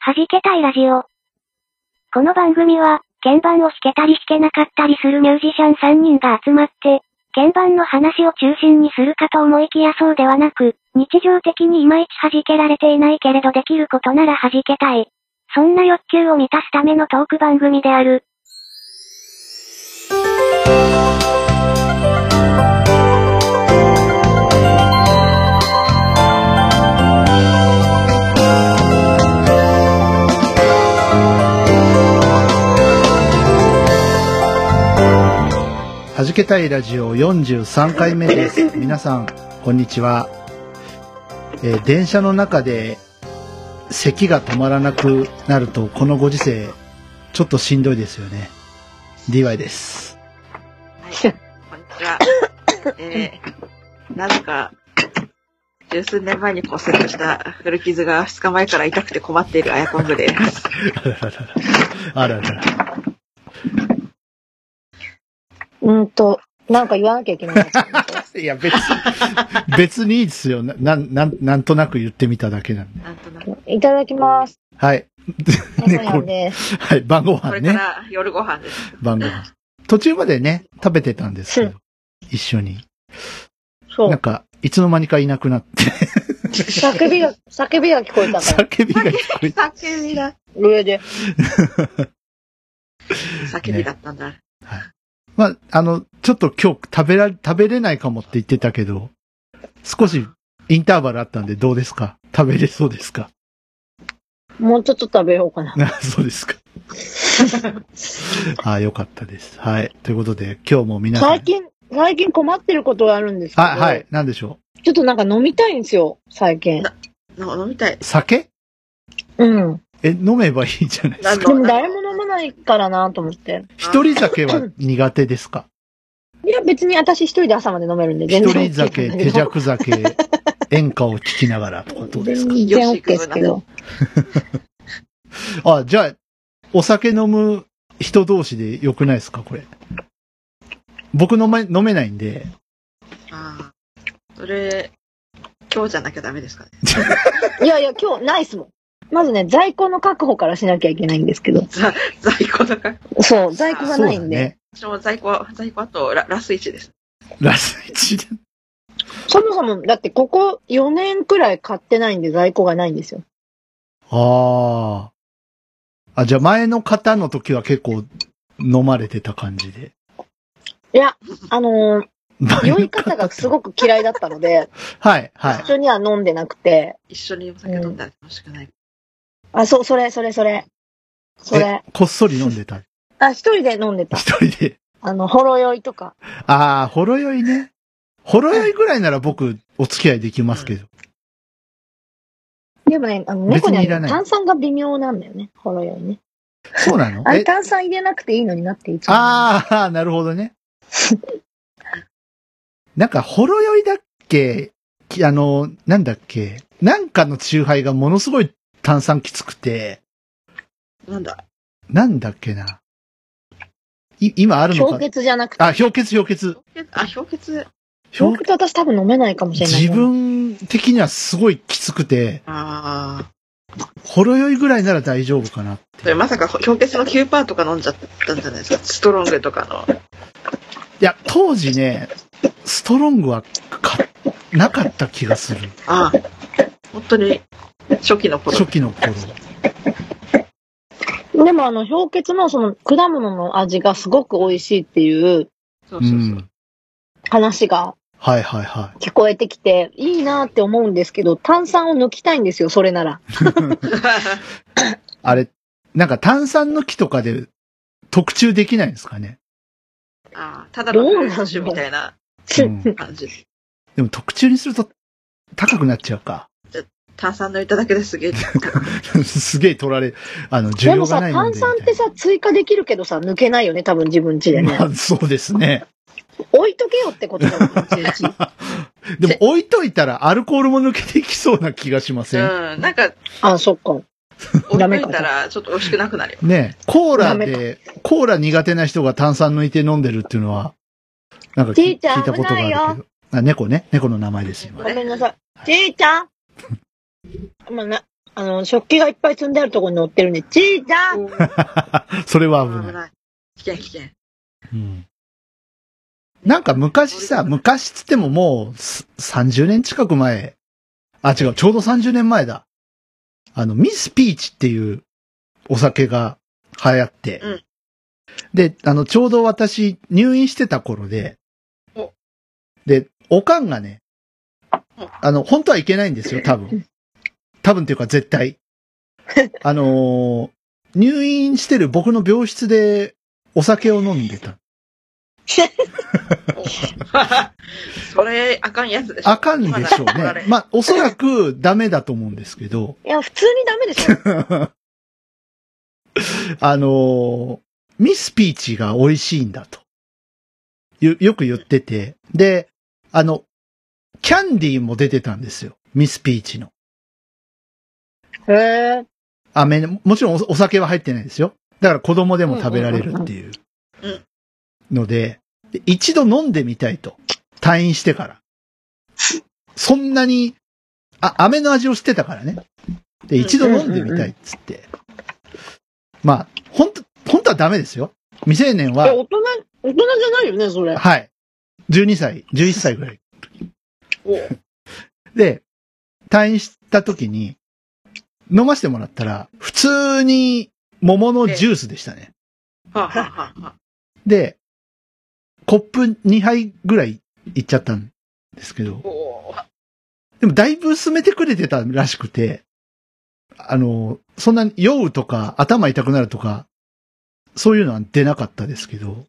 弾けたいラジオ。この番組は、鍵盤を弾けたり弾けなかったりするミュージシャン3人が集まって、鍵盤の話を中心にするかと思いきやそうではなく、日常的にいまいち弾けられていないけれどできることなら弾けたい。そんな欲求を満たすためのトーク番組である。 弾けたいラジオ43回目です。皆さん、こんにちは。電車の中で咳が止まらなくなると、このご時世、ちょっとしんどいですよね。DY です。 はい、こんにちは。なぜか、十数年前に骨折した古傷が2日前から痛くて困っているあやこんぶです。 あららら。 なんか言わなきゃいけない。 いや、別にいいですよ。なんとなく言ってみただけなんで。 なんとなく。 いただきます。 はい。 ね、 はい、晩ご飯ね。 これから夜ご飯です。 晩ご飯。途中までね、食べてたんですけど、一緒に。 そう。 なんか、いつの間にかいなくなって。 叫びが聞こえたから。 叫びが聞こえた。 叫びだ。 上で。 叫びだったんだ。ね、 はい。まあ、ちょっと今日食べれないかもって言ってたけど、少しインターバルあったんでどうですか？食べれそうですか？ もうちょっと食べようかな。 そうですか。よかったです。はい。ということで、今日も皆さん。 最近困ってることがあるんですけど。 はい。なんでしょう。ちょっとなんか飲みたいんですよ、最近。 飲みたい。 酒？ うん。 飲めばいいじゃないですか。 でも誰も飲まないからなと思って。 一人酒は苦手ですか？ いや、別に私一人で朝まで飲めるんで、 全然。一人酒、手酌酒、演歌を聴きながらとかどうですか？ 全然 OK ですけど。 じゃあ、お酒飲む人同士で良くないですか、これ。僕飲めないんで。 それ、今日じゃなきゃダメですかね。 いや、今日ないっすもん。まずね、在庫の確保からしなきゃいけないんですけど。 在庫とか。 そう、在庫がないんで。 ね、私も在庫あとラス1です。 ラス1で。 そもそも、だってここ4年くらい買ってないんで在庫がないんですよ。 じゃあ前の方の時は結構飲まれてた感じで。 いや、酔い方がすごく嫌いだったので、 はい。 一緒には飲んでなくて。 一緒にお酒飲んだら楽しくない。 それ。 こっそり飲んでた。 一人で飲んでた。 一人で。 ほろ酔いとか。 ほろ酔いね。ほろ酔いぐらいなら僕、お付き合いできますけど。 でもね、猫には炭酸が微妙なんだよね、ほろ酔いね。 そうなの？ 炭酸入れなくていいのになっていつも。 なるほどね。なんか、ほろ酔いだっけ？なんだっけ？なんかのチューハイがものすごい炭酸きつくて。なんだっけな。今あるのか。 氷結じゃなくて。 氷結。 氷結私多分飲めないかもしれない。 自分的にはすごいきつくて。ほろ酔いぐらいなら大丈夫かなって。 まさか氷結の 9% とか飲んじゃったんじゃないですか？ストロングとかの。 いや、当時ね、ストロングはなかった気がする。 本当に初期の頃。 でも氷結のその果物の味がすごく美味しいっていう話が聞こえてきていいなって思うんですけど、炭酸を抜きたいんですよ、それなら。 あれ、なんか炭酸抜きとかで特注できないんですかね？ ただのフ酒みたいな感じ。 でも特注にすると高くなっちゃうか。 炭酸抜いただけですげえ。 すげえ取られ、需要がないもんで。 でもさ、炭酸ってさ、追加できるけどさ、抜けないよね、多分自分家でね。 そうですね。 置いとけよってことだもん、 でも置いといたらアルコールも抜けていきそうな気がしません？ なんか。 そっか。 置いといたらちょっと美味しくなくなるよ。 ね、コーラ苦手な人が炭酸抜いて飲んでるっていうのは、なんか聞いたことがあるけど。猫の名前ですよ。 ごめんなさい。ちーちゃん食器がいっぱい積んであるところに乗ってるんで、ちーちゃんそれは危ない。 危ない。危険危険。 うん。なんか昔つってももう30年近く前。あ、違う、ちょうど30年前だ。ミスピーチっていうお酒が流行って。 うん、 で、ちょうど私入院してた頃で、で、おかんがね、本当はいけないんですよ、多分。多分っていうか絶対。入院してる僕の病室でお酒を飲んでた。 それ、あかんやつでしょ。 あかんでしょうね。まあ、おそらくダメだと思うんですけど。 いや、普通にダメでしょ。 ミスピーチが美味しいんだと。よく言ってて。で、キャンディーも出てたんですよ。ミスピーチの。 へえ。 もちろんお酒は入ってないですよ。だから子供でも食べられるっていうので、一度飲んでみたいと。退院してから。そんなに、飴の味を知ってたからね。で、一度飲んでみたいっつって。まあ、本当はダメですよ。未成年は。 大人じゃないよね、それ。 はい。12歳、11歳ぐらい。で、退院した時に、飲ませてもらったら、普通に桃のジュースでしたね。で、コップ2杯ぐらいいっちゃったんですけど、でもだいぶ薄めてくれてたらしくて、そんな酔うとか頭痛くなるとか、そういうのは出なかったですけど、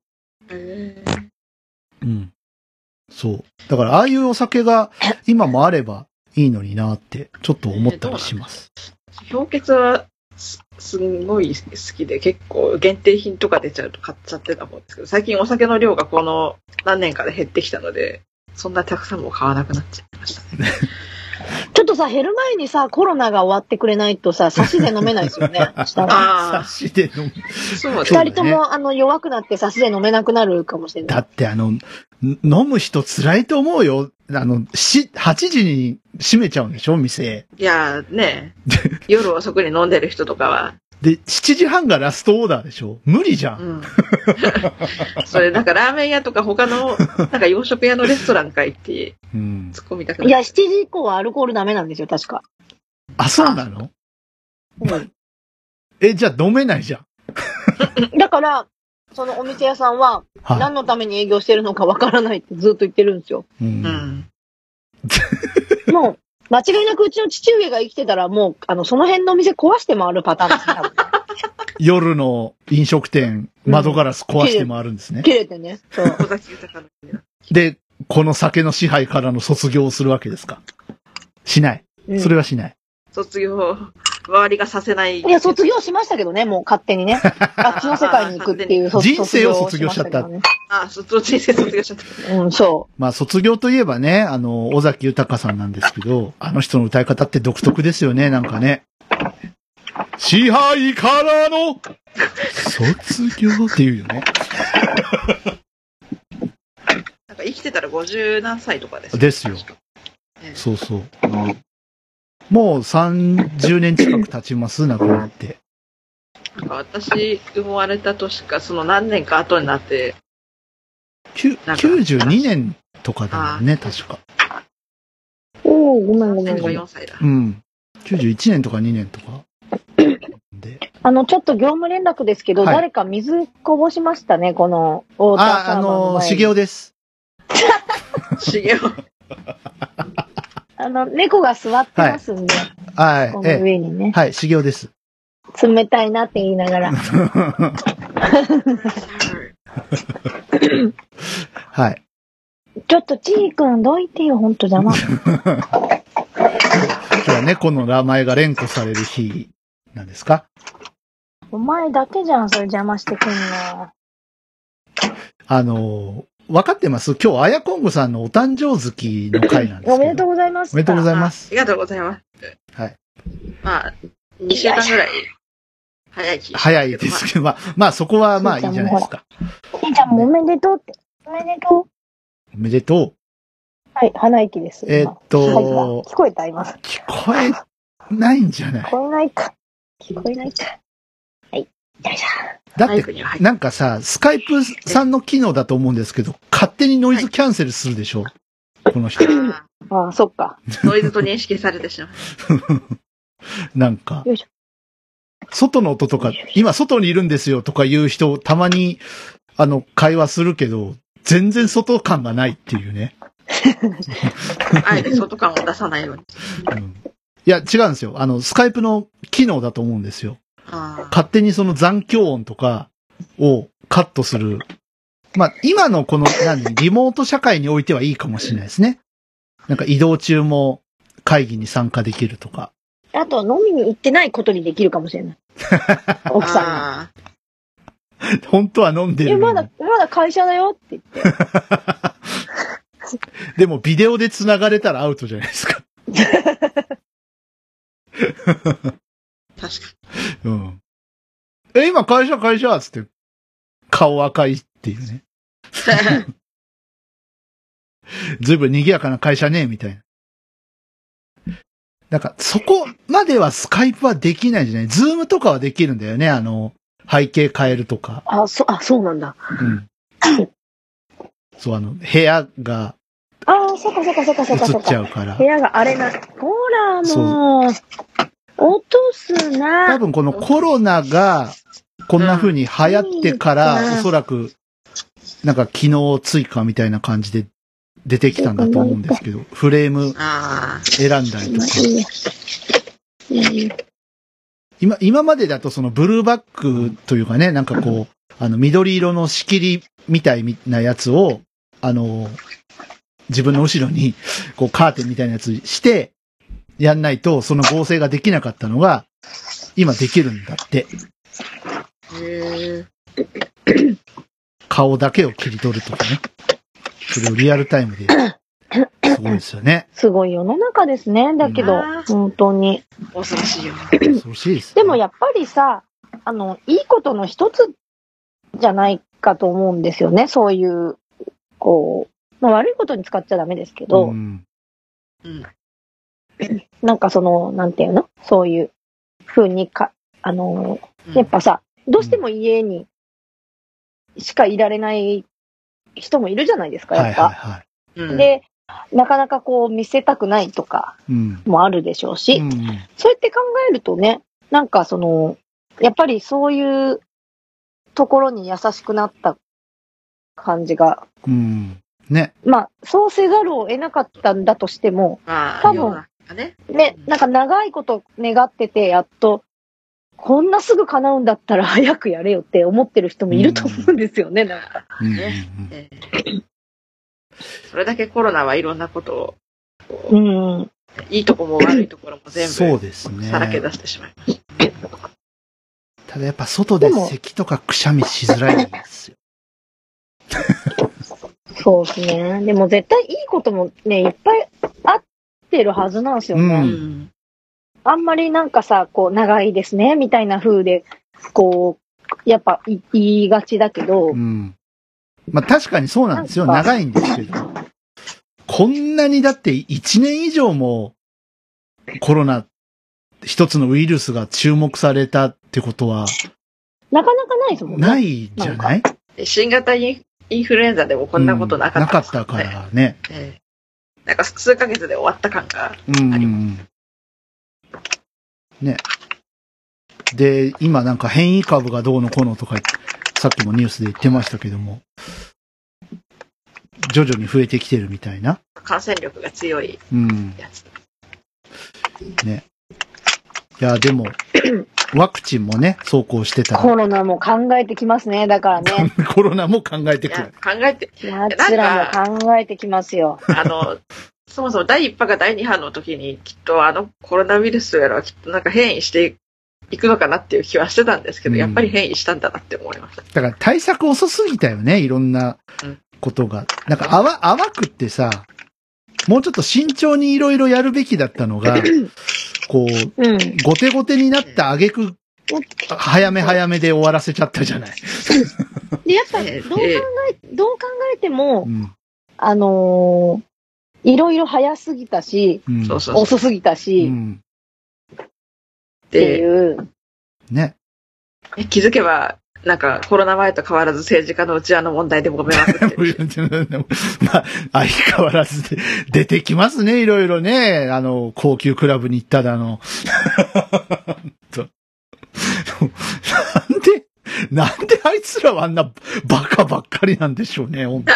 うん。そう。だからああいうお酒が今もあればいいのになってちょっと思ったりします。 氷結はすごい好きで結構限定品とか出ちゃうと買っちゃってたもんですけど、最近お酒の量がこの何年かで減ってきたので、そんなたくさんも買わなくなっちゃいましたね。 ちょっとさ、減る前にさ、コロナが終わってくれないとさ、差しで飲めないですよね。 差しで飲む。 そう二人とも弱くなって差しで飲めなくなるかもしれない。 だって飲む人辛いと思うよ。8時に閉めちゃうんでしょ、店。 いやね、夜遅くに飲んでる人とかは。 で、7時半がラストオーダーでしょ？無理じゃん。うん、 それ、なんかラーメン屋とか他の、なんか洋食屋のレストランかいって、突っ込みたくなる。 いや、7時以降はアルコールダメなんですよ、確か。 あ、そうなの？ うん。 じゃあ飲めないじゃん。 だから、そのお店屋さんは、何のために営業してるのかわからないってずっと言ってるんですよ。 うん。 もう、間違いなくうちの父上が生きてたらもう、その辺のお店壊して回るパターンですね、多分。 夜の飲食店、窓ガラス壊して回るんですね。 切れてね。そう。 で、この酒の支配からの卒業をするわけですか？しない。それはしない。 卒業、周りがさせない。 いや、卒業しましたけどね、もう勝手にね。あっちの世界に行くっていう人生を卒業しちゃった。 人生卒業しちゃった。 うん、そう。 まあ、卒業といえばね、尾崎豊さんなんですけど、あの人の歌い方って独特ですよね、なんかね。支配からの卒業っていうよね。 なんか生きてたら50何歳とかです。 ですよ。そうそう。もう30年近く経ちます、亡くなって。 なんか私、生まれた年か、その何年か後になって。 92年とかだもんね、確か。 おー、ごめんごめん。 34歳だ。 うん。91年とか2年とか。 でちょっと業務連絡ですけど、はい、誰か水こぼしましたね、この、太田さんの茂雄です。 茂雄。 猫が座ってますんで。 はい。 この上にね。 はい、茂雄です。 冷たいなって言いながら。 はい。 ちょっとちーくんどいてよ、ほんと邪魔。 今日は猫の名前が連呼される日なんですか？ お前だけじゃん、それ邪魔してくんの。分かってます？今日、あやこんぐさんのお誕生月の回なんですけど。 おめでとうございます。 おめでとうございます。 ありがとうございます。はい。まあ、2週間ぐらい早い気が早いですけど、まあそこはまあいいじゃないですか。 ひーちゃんもおめでとうって。おめでとう。 おめでとう。 はい、鼻息です。 聞こえた今。 聞こえないんじゃない？ 聞こえないか。聞こえないか。はい。よいしょ。 だっマイクには入て、なんかさ、スカイプさんの機能だと思うんですけど、勝手にノイズキャンセルするでしょ、この人。 ああ、そっか。 ノイズと認識されてしまう。 なんかよいしょ、 外の音とか、今外にいるんですよとか言う人、たまに、会話するけど、全然外感がないっていうね。 あえて外感を出さないように。 いや、違うんですよ。スカイプの機能だと思うんですよ。 あ勝手にその残響音とかをカットする。まあ、今のこの、リモート社会においてはいいかもしれないですね。なんか移動中も会議に参加できるとか。 あと、飲みに行ってないことにできるかもしれない。奥さんが。 あ本当は飲んでるのに。 まだ会社だよって言って。 でもビデオで繋がれたらアウトじゃないですか。 確かうん。今会社つって、顔赤いっていうね。 に。 ずいぶん賑やかな会社ね、みたいな。なんか、そこまではスカイプはできないんじゃない？ズームとかはできるんだよね。背景変えるとか。 そうなんだ。 うん。そう、部屋がそっか。 映っちゃうから部。屋が荒れない。ほら、もう、落とすな。 多分このコロナが、こんな風に流行ってから、おそらく、なんか機能追加みたいな感じで出てきたんだと思うんですけど、フレームあ選んだりとか。今までだとそのブルーバックというかね、なんかこう、緑色の仕切りみたいなやつを、自分の後ろに、こうカーテンみたいなやつして、やんないと、その合成ができなかったのが、今できるんだって。 あ。へえ。 顔だけを切り取るとかね。それをリアルタイムで。すごいですよね。 すごい世の中ですね。だけど、本当に。 恐ろしいよね。 恐ろしいです、ね。 でもやっぱりさ、いいことの一つじゃないかと思うんですよね。そういう、こう、悪いことに使っちゃダメですけど、 うん。 なんかなんていうの？そういう風にやっぱさ、どうしても家にしかいられない人もいるじゃないですか、やっぱ。で、なかなかこう見せたくないとかもあるでしょうし、そうやって考えるとね、なんかやっぱりそういうところに優しくなった感じが、 ね。 まあ、そうせざるを得なかったんだとしても、多分、ね、なんか長いこと願ってて、やっと、こんなすぐ叶うんだったら早くやれよって思ってる人もいると思うんですよね、なんか。 それだけコロナはいろんなことを、 いいとこも悪いところも全部、 そうですね。 さらけ出してしまいました。 ただやっぱ外で咳とかくしゃみしづらいんですよ。 そうですね。でも絶対いいこともね、いっぱいあってるはずなんですよね。あんまりなんかさ、こう、長いですね、みたいな風で、こう、やっぱ言いがちだけど。 まあ確かにそうなんですよ。長いんですけど。こんなにだって1年以上もコロナ一つのウイルスが注目されたってことは、 なかなかないですもんね。 ないじゃない？ 新型インフルエンザでもこんなことなかった、 なかったからね。 なんか数ヶ月で終わった感があります。 ね。で、今なんか変異株がどうのこうのとか、さっきもニュースで言ってましたけども、徐々に増えてきてるみたいな。 感染力が強いやつ。 ね。いや、でも、ワクチンもね、走行してたら。 コロナも考えてきますね、だからね。 コロナも考えてくる。 考えて。 やつらも考えてきますよ。 そもそも第1波が第2波の時にきっとコロナウイルスはきっとなんか変異していくのかなっていう気はしてたんですけど、やっぱり変異したんだなって思いました。 だから対策遅すぎたよね、いろんなことが。なんか淡くってさ、もうちょっと慎重にいろいろやるべきだったのが、こう、後手後手になった挙句、早めで終わらせちゃったじゃない。 で、やっぱ、どう考えても、いろいろ早すぎたし、遅すぎたし、 っていう。 ね。 気づけば、なんかコロナ前と変わらず政治家の内輪の問題で揉めまくってる。 まあ、相変わらずで出てきますね、いろいろね。高級クラブに行っただなんであいつらはあんなバカばっかりなんでしょうね、本当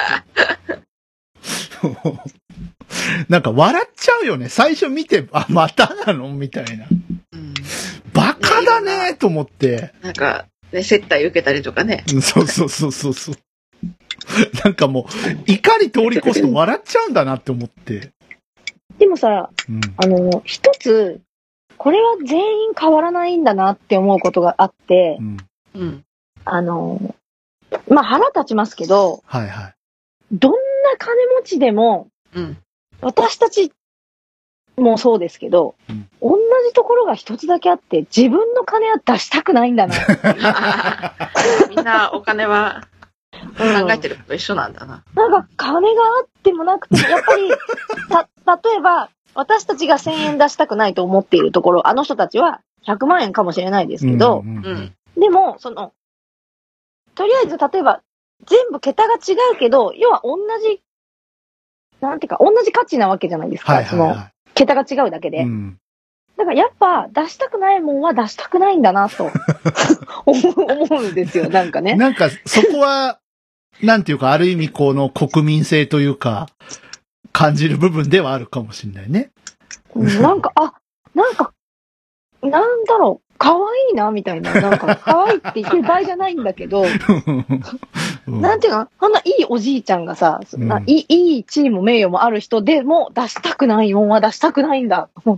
に。なんか笑っちゃうよね。最初見て、あ、またなのみたいな。バカだねと思って。 なんか、ね、接待受けたりとかね。 そう。なんかもう、怒り通り越すと笑っちゃうんだなって思って。 でもさ、一つ、これは全員変わらないんだなって思うことがあって、まあ、腹立ちますけど、 はいはい。 どんな金持ちでも、私たちもそうですけど、同じところが一つだけあって、自分の金は出したくないんだな。 みんなお金は考えてること一緒なんだな。 なんか金があってもなくても、やっぱり、例えば、私たちが1000円出したくないと思っているところ、あの人たちは100万円かもしれないですけど、でも、とりあえず例えば、全部桁が違うけど、要は同じ、なんていうか、同じ価値なわけじゃないですか。桁が違うだけで。だからやっぱ、出したくないもんは出したくないんだな、と思うんですよ、なんかね。 なんか、そこは、なんていうか、ある意味この国民性というか、感じる部分ではあるかもしれないね。 なんだろう、可愛いな、みたいな。なんか、可愛いって言ってる場合じゃないんだけど、なんていうの、あんないいおじいちゃんがさ、いい地位も名誉もある人でも出したくないもんは出したくないんだ、と思って、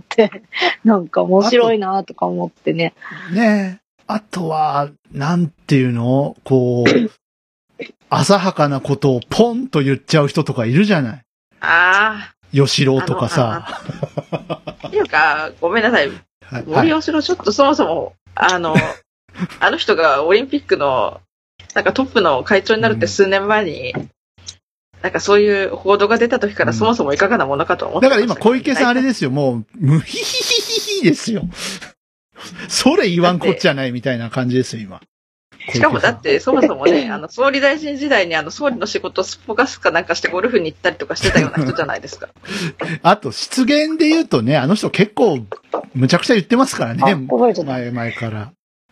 なんか面白いな、とか思ってね。 ねえ。あとは、なんていうのこう、浅はかなことをポンと言っちゃう人とかいるじゃない。吉郎とかさ。 っていうか、ごめんなさい。森吉郎ちょっとそもそも、あの人がオリンピックの、なんかトップの会長になるって数年前に、なんかそういう報道が出た時からそもそもいかがなものかと思ってました、 だから今小池さんあれですよ、もう、ムヒヒヒヒですよ。それ言わんこっちゃないみたいな感じですよ、今。 しかもだってそもそもね、総理大臣時代に総理の仕事をすっぽかすかなんかしてゴルフに行ったりとかしてたような人じゃないですか。 あと、失言で言うとね、あの人結構、むちゃくちゃ言ってますからね。前から。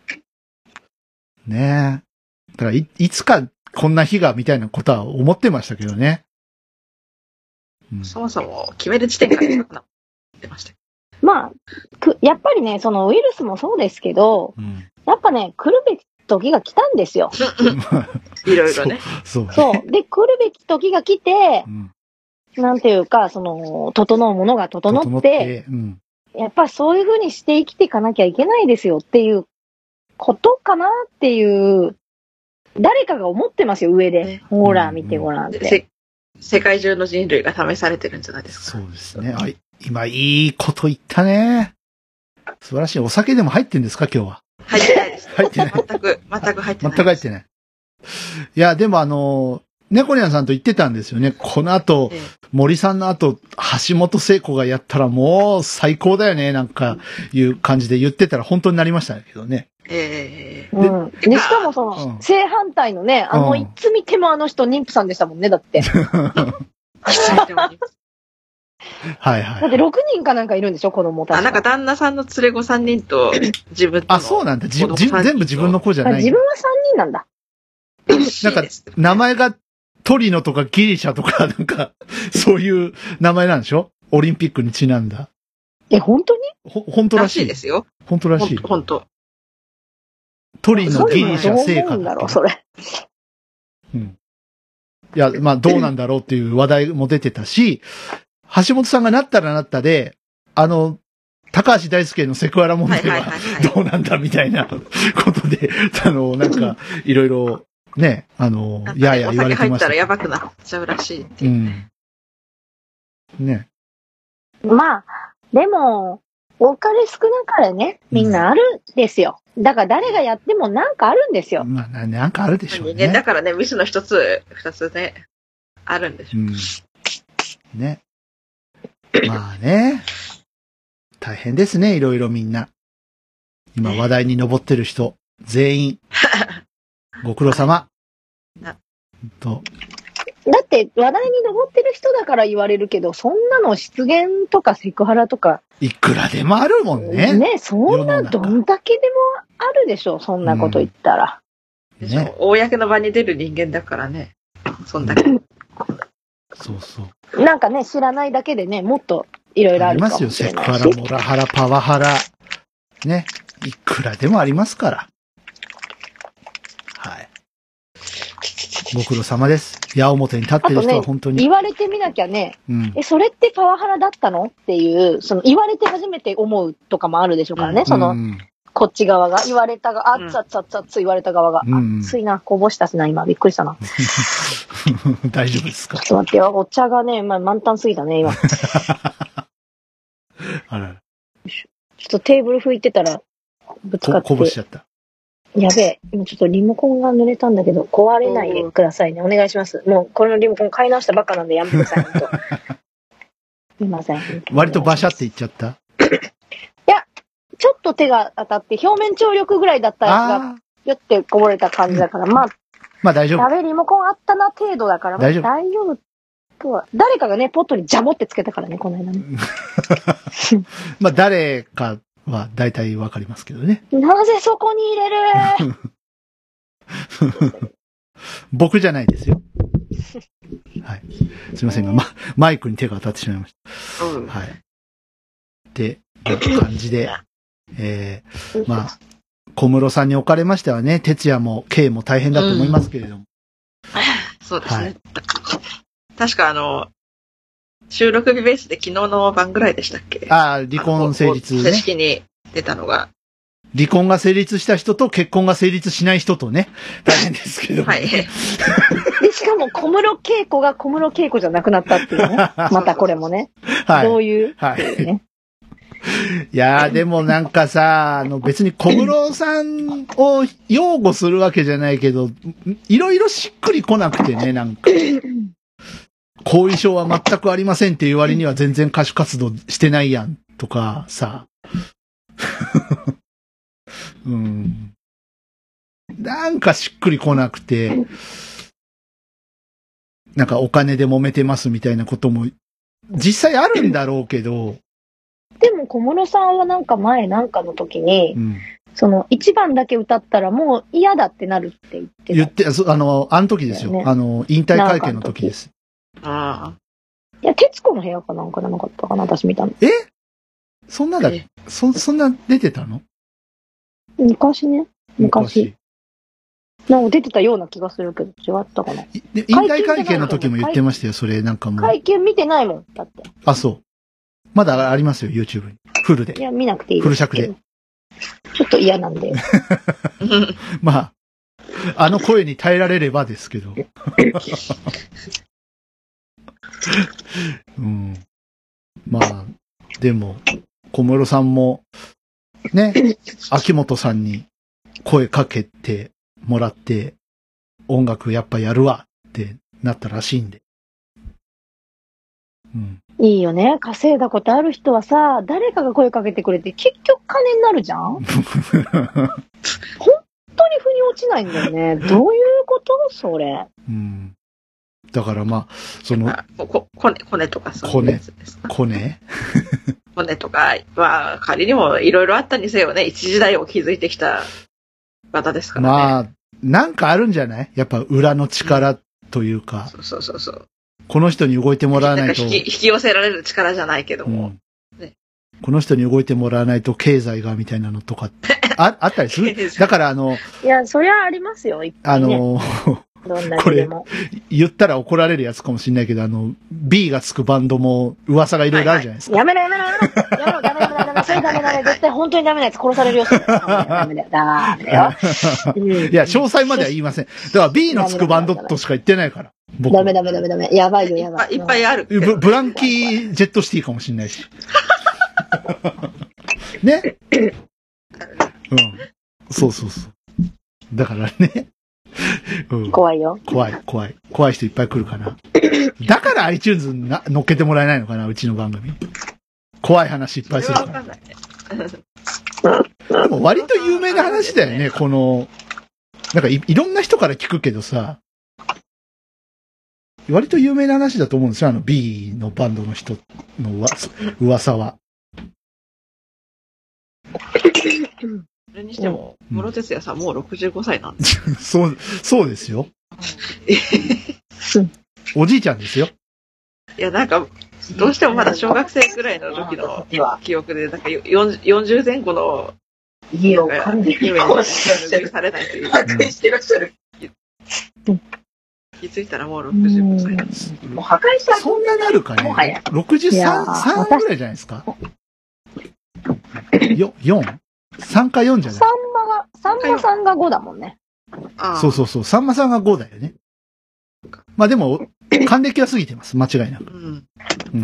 ねえ。だからいつかこんな日がみたいなことは思ってましたけどね。 そもそも決める時点から言ってました。 まあ、やっぱりね、そのウイルスもそうですけど、やっぱね、来るべき時が来たんですよ。 いろいろね。 そう。 で、来るべき時が来て、なんていうか、整うものが整って、やっぱそういう風にして生きていかなきゃいけないですよっていうことかなっていう、誰かが思ってますよ、上で。ね、ほら、見てごらんって。 世界中の人類が試されてるんじゃないですか。 そうですね。今、いいこと言ったね。素晴らしい。お酒でも入ってんですか、今日は。 入ってないです。 入ってない。 全く入ってない。 全く入ってない。いや、でも猫ニャンさんと言ってたんですよね。この後、森さんの後、橋本聖子がやったらもう最高だよね、なんか、いう感じで言ってたら本当になりましたけどね。 で、しかも正反対のね、いつ見てもあの人妊婦さんでしたもんね、だって。 はいはい。 だって6人かなんかいるんでしょ、子供たち。 なんか旦那さんの連れ子3人と自分の。 そうなんだ。全部自分の子じゃない。 自分は3人なんだ。 なんか、名前がトリノとかギリシャとか、なんか、そういう名前なんでしょ？オリンピックにちなんだ。 本当に？ 本当らしい。 らしいですよ。 本当らしい。 本当。 トリノギリシャ聖火。 どうなんだろう、それ。 いや、まあ、どうなんだろうっていう話題も出てたし、橋本さんがなったらなったで、高橋大輔のセクハラ問題はどうなんだみたいなことで、なんか、いろいろ、ね、やや言われてました。お酒入ったらやばくなっちゃうらしいっていう。 ね。 まあ、でも、多かれ少なかれね、みんなあるんですよ。だから誰がやってもなんかあるんですよ。 まあ、なんかあるでしょうね。 人間だからね、ミスの一つ、二つね、あるんでしょう。ね。まあね。大変ですね、いろいろみんな。 今話題に上ってる人、全員、ご苦労様。 だって話題に上ってる人だから言われるけど、そんなの失言とかセクハラとか。 いくらでもあるもんね。 ね、そんなどんだけでもあるでしょ、そんなこと言ったら。 ね、公の場に出る人間だからね。そんだけ。 そうそう。 なんかね、知らないだけでね、もっといろいろあるかもしれないし。 ありますよ、セクハラ、モラハラ、パワハラ。ね。いくらでもありますから。はい。ご苦労様です。矢面に立ってる人は本当に。 言われてみなきゃね、それってパワハラだったのっていう、言われて初めて思うとかもあるでしょうからね、こっち側が、言われたが、あっつあっつあっつあっつ言われた側が、熱いな、こぼしたしな、今、びっくりしたな。 大丈夫ですか？ ちょっと待ってよ、お茶がね、満タンすぎたね、今。 あら。 ちょっとテーブル拭いてたら、ぶつかって。 こぼしちゃった。 やべえ。今ちょっとリモコンが濡れたんだけど、壊れないでくださいね。お願いします。もう、このリモコン買い直したばっかなんでやめてください。すいません。 割とバシャっていっちゃった？ いや、ちょっと手が当たって、表面張力ぐらいだったら、よってこぼれた感じだから、まあ大丈夫。 やべえ、リモコンあったな程度だから、 大丈夫。 大丈夫とは。誰かがね、ポットにジャボってつけたからね、この間ね。 まあ、誰かは大体わかりますけどね。 なぜそこに入れる僕じゃないですよ。はい。すいませんが、マイクに手が当たってしまいました。はい。っていう感じで、まあ、小室さんにおかれましてはね、哲也も K も大変だと思いますけれども。 そうですね。はい、確か収録日ベースで昨日の晩ぐらいでしたっけ？ 離婚成立ね。 正式に出たのが。 離婚が成立した人と結婚が成立しない人とね、大変ですけど、ね。はい。 で、しかも小室圭子が小室圭子じゃなくなったっていうね。またこれもね。はい。どういう、はい。ね、 いやー、でもなんかさ、別に小室さんを擁護するわけじゃないけど、いろいろしっくりこなくてね、なんか。後遺症は全くありませんっていう割には全然歌手活動してないやん、とか、さ。なんかしっくりこなくて、なんかお金で揉めてますみたいなことも、実際あるんだろうけど、 でも小室さんはなんか前なんかの時に、一番だけ歌ったらもう嫌だってなるって言って。 あの時ですよ。ね、引退会見の時です。 ああ。 いや、徹子の部屋かなんかじゃなかったかな、私見たの。 そんなそんな出てたの？ 昔ね。昔。なんか出てたような気がするけど、違ったかな。 引退会見の時も言ってましたよ、それなんかもう。 会見見てないもん、だって。 あ、そう。まだありますよ、YouTube に。フルで。 いや、見なくていいです。 フル尺で。 ちょっと嫌なんで。 まあ、声に耐えられればですけど。まあ、でも、小室さんも、ね、秋元さんに声かけてもらって、音楽やっぱやるわってなったらしいんで。 いいよね。稼いだことある人はさ、誰かが声かけてくれて結局金になるじゃん。本当に腑に落ちないんだよね。どういうことそれ。 だからまあ、 コネとかそういうやつですか。 コネとかは仮にもいろいろあったにせよね、一時代を築いてきた方ですからね。 まあ、なんかあるんじゃない？やっぱ裏の力というか。 そう。 この人に動いてもらわないと。 引き寄せられる力じゃないけども。 ね、この人に動いてもらわないと経済がみたいなのとかあったりする。だからいや、そりゃありますよ。いっぱいね、どんなにでも。 これ、言ったら怒られるやつかもしれないけど、B がつくバンドも噂がいろいろあるじゃないですか。 やめろ、ダメ、それダメ、絶対本当にダメなやつ殺されるよ、それ。ダメだよ。 いや、詳細までは言いません。だから B のつくバンドとしか言ってないから。僕ダメ。やばいよ。 いっぱいある。 ブランキー・ジェットシティかもしれないし。ね。そう。だからね。 怖いよ。 怖い人いっぱい来るかな。だから iTunes 乗っけてもらえないのかな、うちの番組。怖い話いっぱいするから。 でも割と有名な話だよね、この、なんかいろんな人から聞くけどさ、割と有名な話だと思うんですよ、B のバンドの人の噂は。 それにしても、室哲也さんもう65歳なんですそうですよ。おじいちゃんですよ。 いや、なんか、どうしてもまだ小学生くらいの時の記憶で、なんか40前後の家を完全に壊してらっしゃる。 されないという。 破壊してらっしゃる。 気づいたらもう65歳。 もう破壊したそんななるかね。63ぐらいじゃないですか。4?3 か4じゃない。 さんまさんが5だもんね。 そう。さんまさんが5だよね。まあでも、還暦は過ぎてます。間違いなく。うん。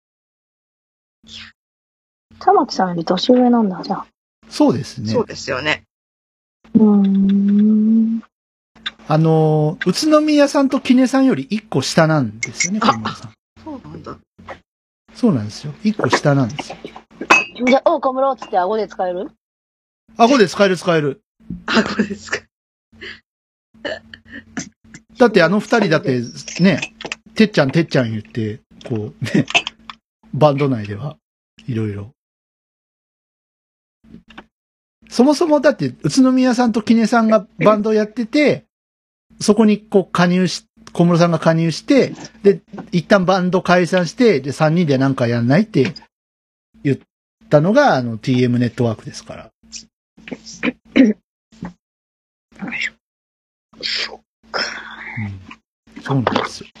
玉木さんより年上なんだ、じゃあ。 そうですね。 そうですよね。 宇都宮さんと杵さんより1個下なんですよね、小室さん。 そうなんだ。 そうなんですよ。1個下なんですよ。 じゃあ、小室っつって顎で使える？ 顎で使える。 顎ですか。 だって2人だってね、てっちゃん言って、こうね、バンド内ではいろいろ。そもそもだって宇都宮さんと杵さんがバンドやってて、そこにこう小室さんが加入して、で、一旦バンド解散して、で、3人でなんかやんないって言ったのが、TM ネットワークですから。そうなんですよ。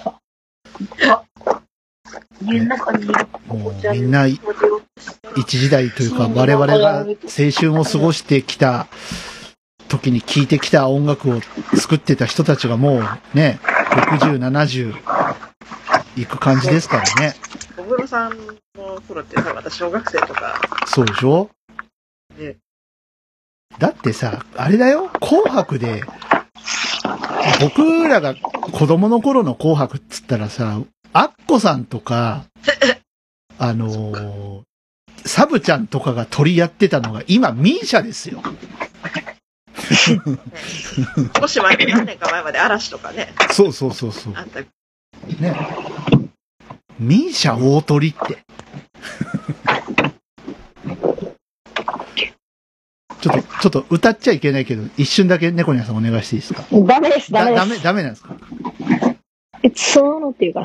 家の中にもうみんな、一時代というか、我々が青春を過ごしてきた時に聴いてきた音楽を作ってた人たちがもうね、60、70行く感じですからね。 小室さんの頃ってさ、私小学生とか。 そうでしょ？ ね。 だってさ、あれだよ、紅白で、僕らが子供の頃の紅白っつったらさ、アッコさんとか、サブちゃんとかが取りやってたのが今、ミーシャですよ。 少し前、何年か前まで嵐とかね。 そう。 あった。 ね。ミーシャ大鳥って。ちょっと歌っちゃいけないけど、一瞬だけ猫ニャさんお願いしていいですか？ ダメです。 ダメなんですか？ そうのっていうから。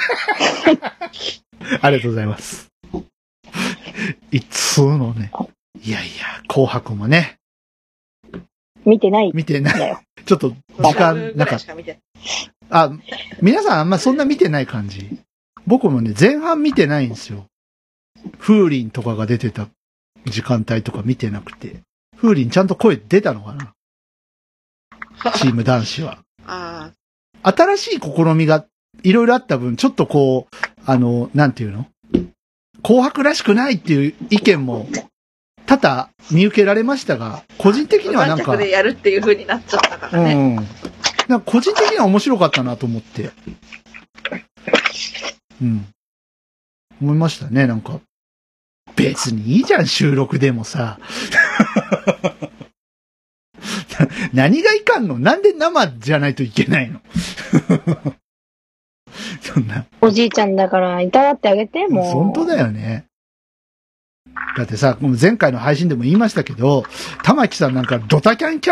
ありがとうございます。いつのね。いや、紅白もね。見てない。ちょっと時間、なんか、皆さんあんまそんな見てない感じ。僕もね、前半見てないんですよ。風鈴とかが出てた時間帯とか見てなくて。風鈴ちゃんと声出たのかな？チーム男子は。新しい試みがいろいろあった分、ちょっとこう、なんていうの？紅白らしくないっていう意見も多々見受けられましたが、個人的にはなんか。 でやるっていう風になっちゃったからね。 なんか個人的には面白かったなと思って。思いましたね、なんか。別にいいじゃん、収録でもさ。何がいかんの？なんで生じゃないといけないの？そんな。 おじいちゃんだからいたわってあげて、もう。 本当だよね。だってさ、前回の配信でも言いましたけど、玉木さんなんかドタキャン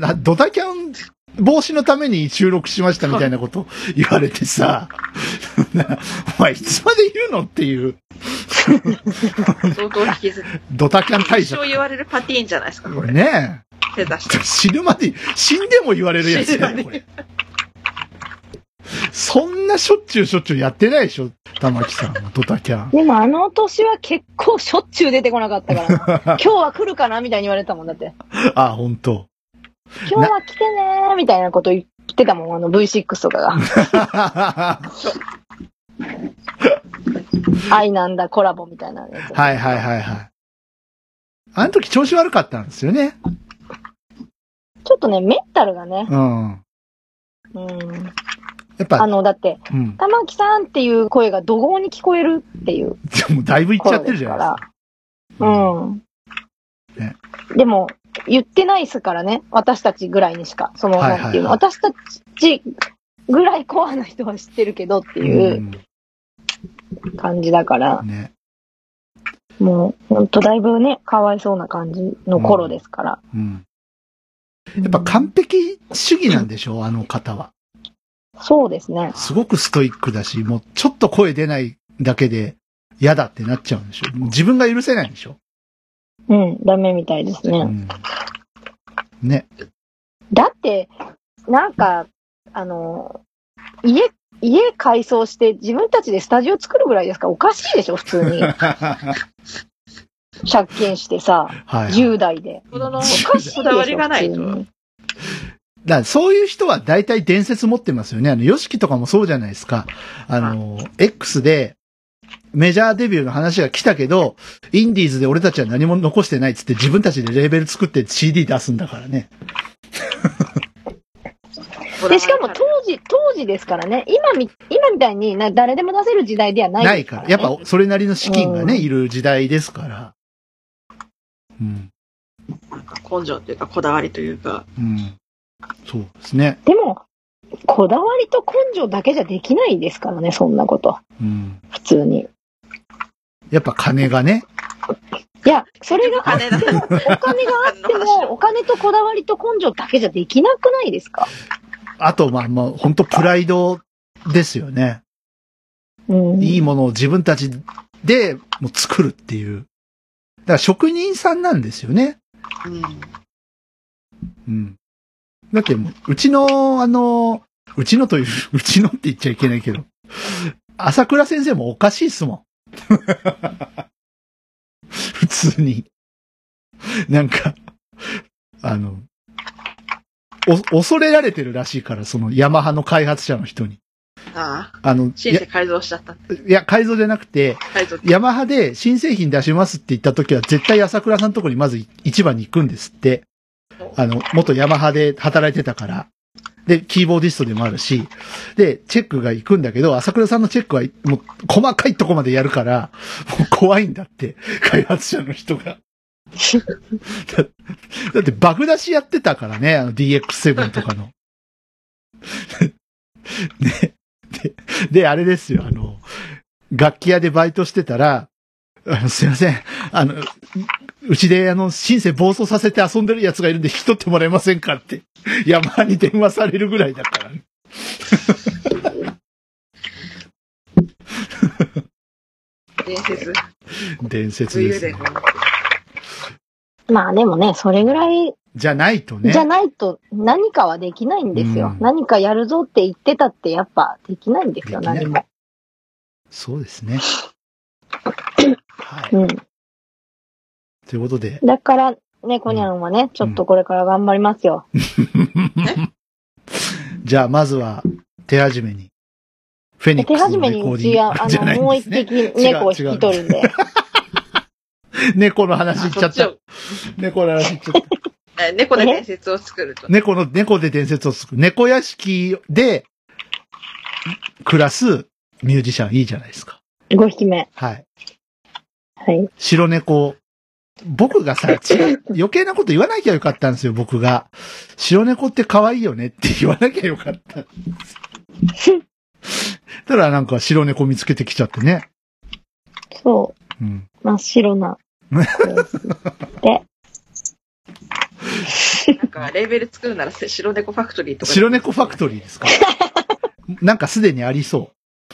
防止のために収録しましたみたいなこと言われてさ、お前いつまで言うのっていう。 相当引きずって。 ドタキャン対策。 一生言われるパティーンじゃないですか、これ。 ねえ。 手出して。 死んでも言われるやつだよ、これ。そんなしょっちゅうやってないでしょ、玉木さん、ドタキャン。 でもあの年は結構しょっちゅう出てこなかったからな。今日は来るかなみたいに言われたもんだって。 あ、本当。 今日は来てねーみたいなこと言ってたもん、V6 とかが。愛なんだコラボみたいなやつ。 はい。あの時調子悪かったんですよね。 ちょっとね、メンタルがね。やっぱだって、玉木さんっていう声が怒号に聞こえるっていう。 でもだいぶ言っちゃってるじゃないですか。 ね。 でも、言ってないですからね。私たちぐらいにしか。なんていうの、私たちぐらいコアな人は知ってるけどっていう感じだから。 ね。 もう、ほんとだいぶね、かわいそうな感じの頃ですから。 やっぱ完璧主義なんでしょ、あの方は。 そうですね。 すごくストイックだし、もうちょっと声出ないだけで嫌だってなっちゃうんでしょ。自分が許せないんでしょ。 ダメみたいですね。 ね。 だって、なんか、家改装して自分たちでスタジオ作るぐらいですからおかしいでしょ、普通に。借金してさ、10代で。 おかしいでしょ。こだわりがないと。 だそういう人は大体伝説持ってますよね。ヨシキとかもそうじゃないですか。X でメジャーデビューの話が来たけど、インディーズで俺たちは何も残してないっつって自分たちでレーベル作って CD 出すんだからね。 で、しかも当時ですからね、今みたいに誰でも出せる時代ではないですからね。 ないから。やっぱそれなりの資金がね、いる時代ですから。 なんか根性というか、こだわりというか。 そうですね。 でも、こだわりと根性だけじゃできないですからね、そんなこと。普通に。 やっぱ金がね。 いや、それがあっても、お金があっても、お金とこだわりと根性だけじゃできなくないですか？ あと、本当プライドですよね。いいものを自分たちでもう作るっていう。だから職人さんなんですよね。だってうちのうちのという、うちのって言っちゃいけないけど、朝倉先生もおかしいっすもん。普通に。なんか、恐れられてるらしいから、そのヤマハの開発者の人に。 シンセ改造しちゃった。 いや、改造じゃなくて、ヤマハで新製品出しますって言った時は絶対朝倉さんのところにまず一番に行くんですって。元ヤマハで働いてたから。で、キーボーディストでもあるし、で、チェックが行くんだけど、朝倉さんのチェックはもう細かいとこまでやるから、もう怖いんだって、開発者の人が。だって爆出しやってたからね、DX7 とかの。で、あれですよ、楽器屋でバイトしてたら、すいません、うちでシンセ暴走させて遊んでる奴がいるんで引き取ってもらえませんかって、ヤマハに電話されるぐらいだからね。伝説ですね。 まあでもね、それぐらい。 じゃないとね。 じゃないと何かはできないんですよ。何かやるぞって言ってたってやっぱできないんですよ、何も。 そうですね。はい。ということで。 だから、猫ニャンはね、ちょっとこれから頑張りますよ。 じゃあ、まずは、手始めに。フェニックスのレコーディング。 手始めに、もう一匹猫を引き取るんで。 猫の話言っちゃった。猫の話言っちゃった。 猫で伝説を作ると。 猫で伝説を作る。猫屋敷で暮らすミュージシャンいいじゃないですか。 5匹目。 はい。 はい。 白猫。僕がさ、余計なこと言わなきゃよかったんですよ、僕が。白猫って可愛いよねって言わなきゃよかった。ただなんか白猫見つけてきちゃってね。 そう。真っ白な。で。 なんか、レーベル作るなら白猫ファクトリーとか。 白猫ファクトリーですか？なんかすでにありそう。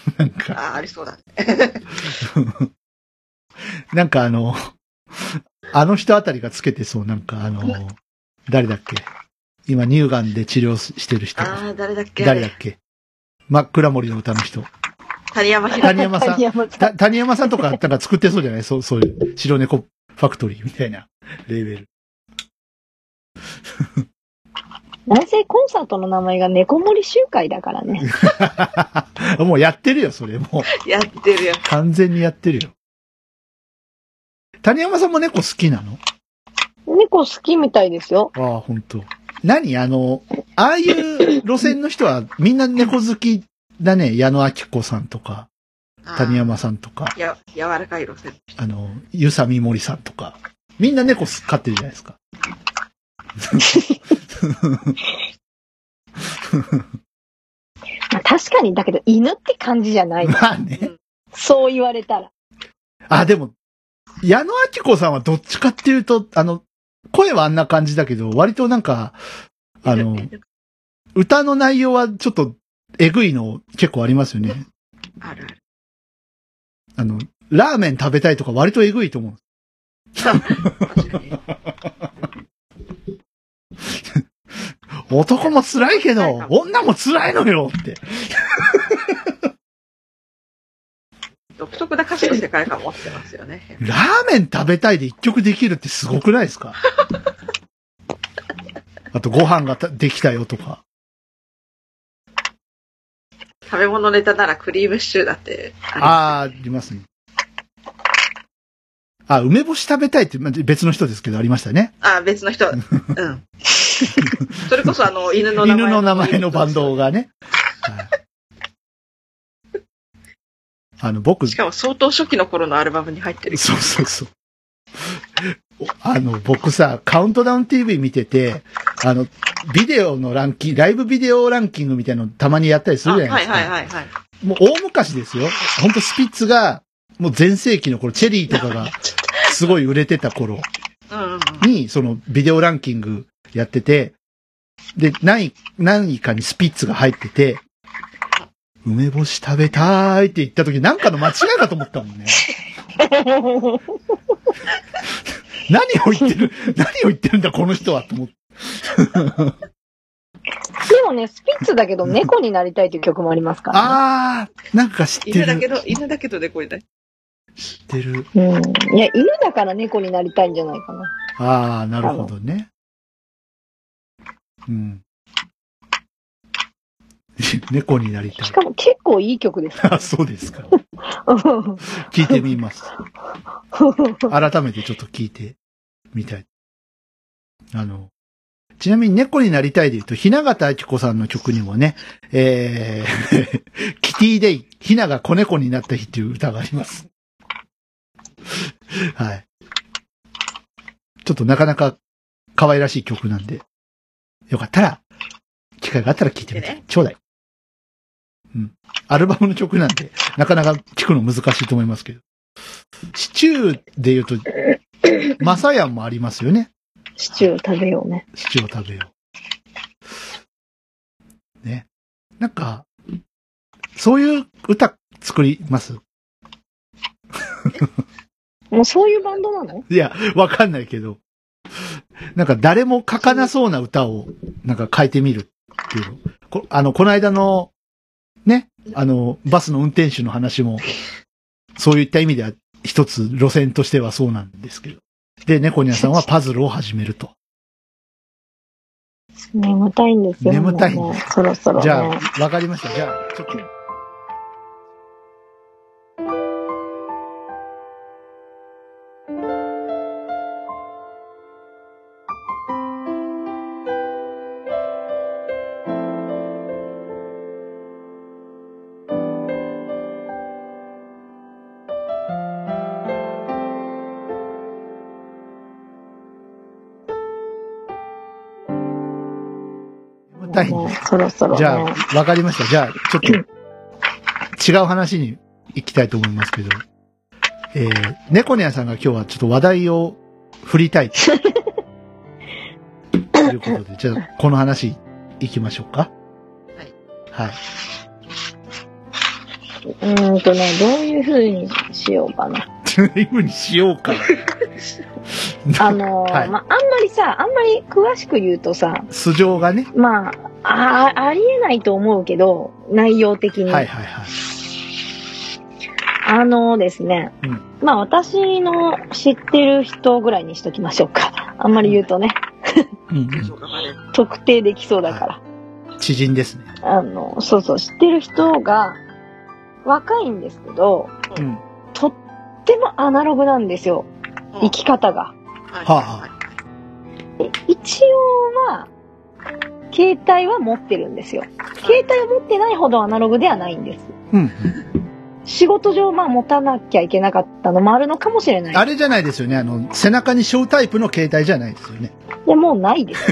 なんか。 ありそうだね。 なんかあの人あたりがつけてそう、なんか誰だっけ？今乳がんで治療してる人。 誰だっけ？ 真っ暗森の歌の人。 谷山さん。 谷山さんとかなんか作ってそうじゃない？そういう白猫ファクトリーみたいなレーベル。 なんせコンサートの名前が猫森集会だからね。 もうやってるよ、それもう。 やってるよ。 完全にやってるよ。谷山さんも猫好きなの？ 猫好きみたいですよ。 ああ、本当。何ああいう路線の人はみんな猫好きだね。矢野明子さんとか、谷山さんとか。 柔らかい路線。 遊佐美森さんとか。 みんな猫飼ってるじゃないですか。 まあ確かに、だけど犬って感じじゃない。 まあね。 そう言われたら。 あ、でも、矢野明子さんはどっちかっていうと、声はあんな感じだけど、割となんか、歌の内容はちょっと、えぐいの結構ありますよね。 あるある。 ラーメン食べたいとか割とえぐいと思う。男も辛いけど、女も辛いのよって。 独特な歌詞の世界観持ってますよね。 ラーメン食べたいで一曲できるってすごくないですか？あとご飯ができたよとか。 食べ物ネタならクリームシチューだってありますね。あ、梅干し食べたいって別の人ですけどありましたね。 あ、別の人。うん。それこそ犬の名前のバンドがね。はい、僕。 しかも相当初期の頃のアルバムに入ってる。 そうそうそう。僕さ、カウントダウン TV 見てて、ビデオのライブビデオランキングみたいなのたまにやったりするじゃないですか。 はい。 もう大昔ですよ。ほんとスピッツが、もう全盛期の頃、チェリーとかがすごい売れてた頃に、そのビデオランキングやってて、で、何位かにスピッツが入ってて、梅干し食べたいって言った時なんかの間違いかと思ったもんね。何を言ってるんだこの人はと思って。 でもね、スピッツだけど猫になりたいという曲もありますから、ね。 あー、なんか知ってる。 犬だけど猫になりたい。 知ってる。 いや、犬だから猫になりたいんじゃないかな。 あー、なるほどね。うん。猫になりたい。 しかも結構いい曲です。 あ、そうですか。聞いてみます。改めてちょっと聞いてみたい。ちなみに猫になりたいで言うと、雛形あき子さんの曲にもね、キティデイ、ひなが子猫になった日っていう歌があります。はい。ちょっとなかなか可愛らしい曲なんで、よかったら、機会があったら聴いてみてちょうだい。うん。アルバムの曲なんで、なかなか聴くの難しいと思いますけど。シチューで言うと、マサヤンもありますよね。 シチュー食べようね。 シチューを食べよう。ね。なんか、そういう歌作りますもうそういうバンドなの？ いや、わかんないけど。なんか誰も書かなそうな歌を、なんか書いてみるっていうの。この間の、ね、バスの運転手の話も、そういった意味では一つ路線としてはそうなんですけど。で、猫ニャさんはパズルを始めると。 眠たいんですよ。 眠たいんです。 そろそろ、ね。 じゃあ、わかりました。じゃあ、ちょっと。 そろそろ、ね。 じゃあ、わかりました。じゃあ、ちょっと、違う話に行きたいと思いますけど、猫ニャさんが今日はちょっと話題を振りたいということで、じゃあ、この話行きましょうか。はい。はい。 どういう風にしようかな。 どういう風にしようかな。 はい、まあ、あんまり詳しく言うとさ、 素性がね。 まあ、ありえないと思うけど、内容的に。 はいはいはい。 ですね、まあ私の知ってる人ぐらいにしときましょうか。あんまり言うとね。特定できそうだから。 はい、知人ですね。 そうそう、知ってる人が若いんですけど、とってもアナログなんですよ。生き方が。 はあ、 一応は、携帯は持ってるんですよ。携帯を持ってないほどアナログではないんです。 仕事上、まあ持たなきゃいけなかったのもあるのかもしれない。 あれじゃないですよね。背中に背負うタイプの携帯じゃないですよね。 いや、もうないです。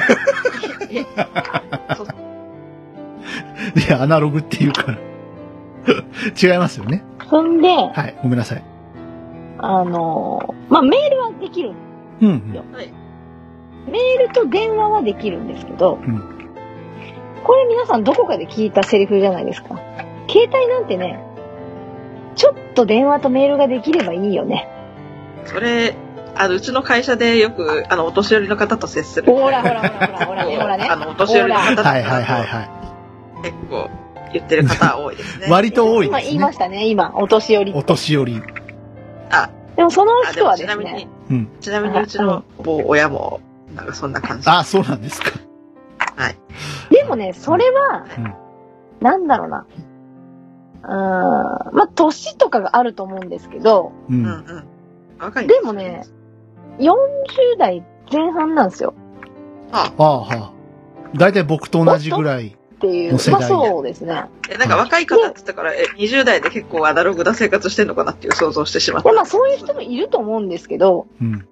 いや、アナログっていうから。違いますよね。 そんで、 はい、ごめんなさい。 まあ、メールはできるんうん、 ですよ。メールと電話はできるんですけど、 うん、 これ皆さんどこかで聞いたセリフじゃないですか。携帯なんてね、ちょっと電話とメールができればいいよね。 それ、うちの会社でよく、お年寄りの方と接する。 ほらね。 お年寄りの方とはいはいはいはい。 結構言ってる方多いですね。 割と多いですね。 今言いましたね、お年寄り。 お年寄り。 でもその人はですね。 ちなみにうちの親も、なんかそんな感じ。 あ、そうなんですか。 はい。 でもね、それは、なんだろうな。まあ、年とかがあると思うんですけど、 若いでもね、40代前半なんですよ。 だいたい僕と同じぐらいっていう。 の世代。 まあそうですね。 なんか若い方って言ったから、20代で結構アナログな生活してんのかなっていう想像してしまった。 まあそういう人もいると思うんですけど、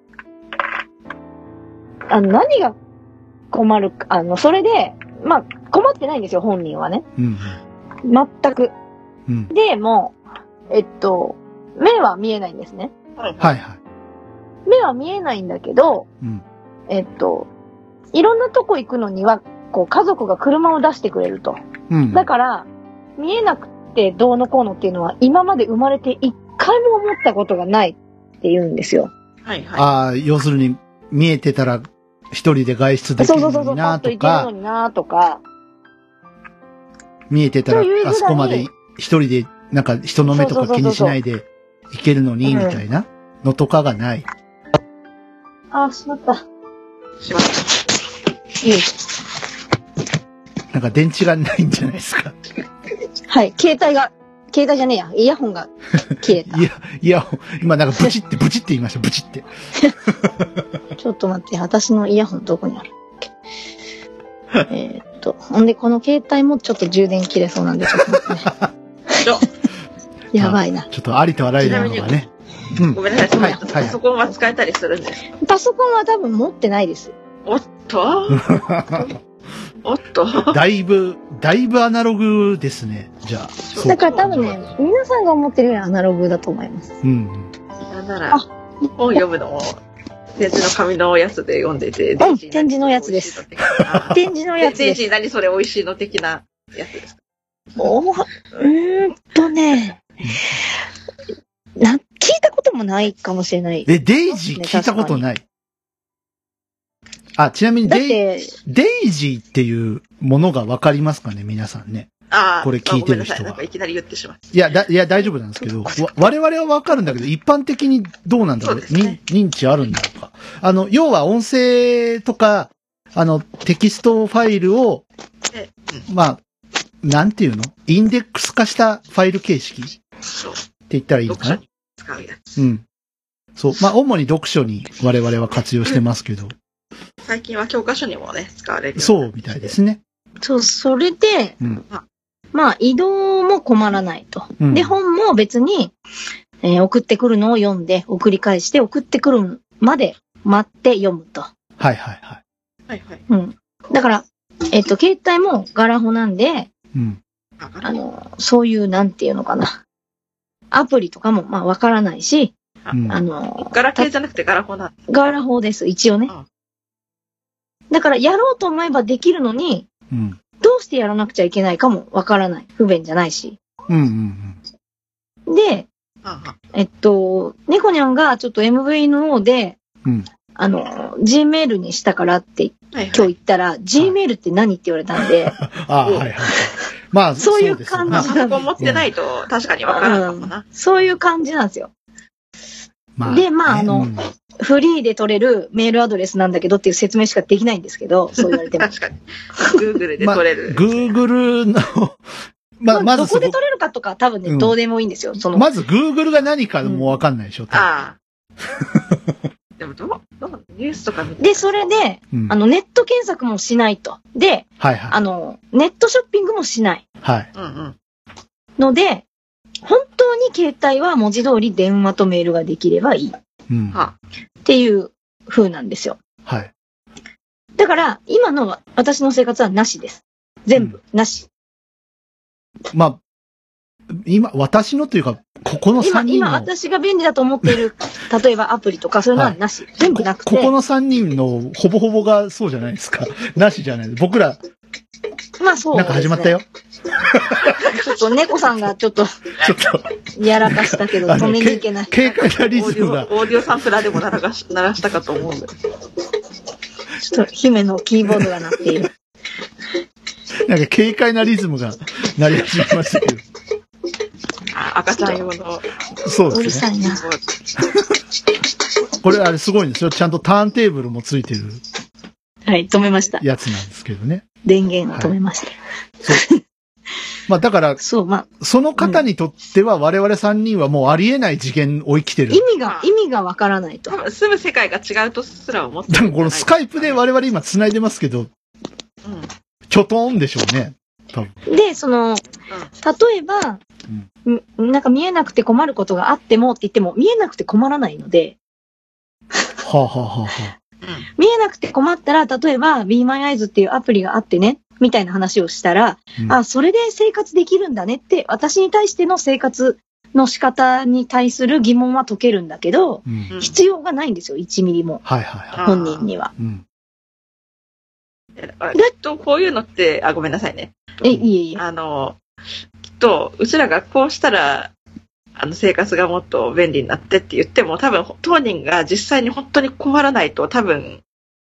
何が困るか、それで、まあ困ってないんですよ、本人はね。全く。で、もう、目は見えないんですね。 はいはい。 目は見えないんだけど、いろんなとこ行くのには、家族が車を出してくれると。だから、見えなくてどうのこうのっていうのは、今まで生まれて一回も思ったことがないって言うんですよ。 要するに、見えてたら一人で外出できるのになとか、見えてたらあそこまで一人でなんか人の目とか気にしないで行けるのにみたいなのとかがない。 しまった。 なんか電池がないんじゃないですか。 はい、携帯じゃねえや、イヤホンが切れた。 イヤホン、今なんかブチって言いました、ブチって。 ちょっと待って、私のイヤホンどこにあるっけほんで、この携帯もちょっと充電切れそうなんで、ちょっと待ってね。やばいな。 ちょっとありとあらゆるのがね。 ごめんなさい、パソコンは使えたりするんですか？ パソコンは多分持ってないです。 おっとだいぶアナログですね、じゃあ。 だから多分ね、皆さんが思ってるよりアナログだと思います。 なんなら、本読むのも、展示の紙のやつで読んでて、 展示のやつです。展示のやつです。 展示何それ美味しいの的なやつですか？ 聞いたこともないかもしれない。 デイジー聞いたことない。ちなみにデイジーっていうものがわかりますかね、皆さんね。これ聞いてる人は。 いきなり言ってしまった。 いや、大丈夫なんですけど、我々はわかるんだけど、一般的にどうなんだろう、認知あるんだろうか。要は音声とか、テキストファイルを、まあ、なんていうの？インデックス化したファイル形式って言ったらいいのかな？ 使うやつ。 そう。まあ、主に読書に我々は活用してますけど。 最近は教科書にもね、使われる。 そうみたいですね。 そう、それで、まあ、移動も困らないと。で、本も別に、送ってくるのを読んで、送り返して、送ってくるまで待って読むと。 はいはいはい。 だから、携帯もガラホなんで、そういう、なんていうのかな。アプリとかも、まあ、わからないし、 ガラケーじゃなくてガラホなんです。 ガラホです、一応ね。だから、やろうと思えばできるのに、どうしてやらなくちゃいけないかもわからない。不便じゃないし。で、猫ニャンがちょっと MV の方で、Gmail にしたからって今日言ったら、Gmail って何って言われたんで、 まあ、 そういう感じなんです。 パソコン持ってないと確かにわからんかもな。 そういう感じなんですよ。で、まあ、フリーで取れるメールアドレスなんだけどっていう説明しかできないんですけど、そう言われても。 確かに。Google で取れる。 Google の、まずどこで取れるかとか多分ね、どうでもいいんですよ。 まず Google が何かもわかんないでしょ、 でもニュースとか見て。 で、それで、ネット検索もしないと。で、ネットショッピングもしない。ので、 本当に携帯は文字通り電話とメールができればいい。 うん。 はっていう風なんですよ。 はい。 だから、今の私の生活はなしです。全部、なし。 まあ、今、私のというか、ここの3人今の、 私が便利だと思っている、例えばアプリとかそういうのはなし。全部なくて。 ここの3人のほぼほぼがそうじゃないですか。なしじゃない。僕ら、 まあそう、 なんか始まったよ。 ちょっと猫さんがちょっと、 ちょっと、 やらかしたけど、止めに行けない。 軽快なリオーディオ、 ズムが。 オーディオサンプラーでも鳴らしたかと思うんだけど。 ちょっと、姫のキーボードが鳴っている。 なんか軽快なリズムが鳴り始めましたけど。 赤ちゃん用の。 うるそうですね。 さいな。 これあれすごいんですよ。ちゃんとターンテーブルもついてるはい、止めました。 やつなんですけどね。 電源を止めました。 そう。まあだから、 そう、まあ、 その方にとっては我々3人はもうありえない次元を生きてる。 意味がわからないと多。分住む世界が違うとすら思ってでるんじゃない。 もこのスカイプで我々今繋いでますけど、 うん。 キョトーンでしょうね。多分。 で、その、例えば、なんか見えなくて困ることがあってもって言っても、見えなくて困らないので、 はあ、はあはあはあ、 見えなくて困ったら、例えば、Be My Eyes っていうアプリがあってね、みたいな話をしたら、 うんあ、それで生活できるんだねって、私に対しての生活の仕方に対する疑問は解けるんだけど、 うん。 うん必要がないんですよ、1ミリも。 はいはいはい。 本人には。 うん。 きっとこういうのって、ごめんなさいね。 いえいえ。 きっと、うちらがこうしたら、生活がもっと便利になってって言っても、多分、当人が実際に本当に困らないと、多分、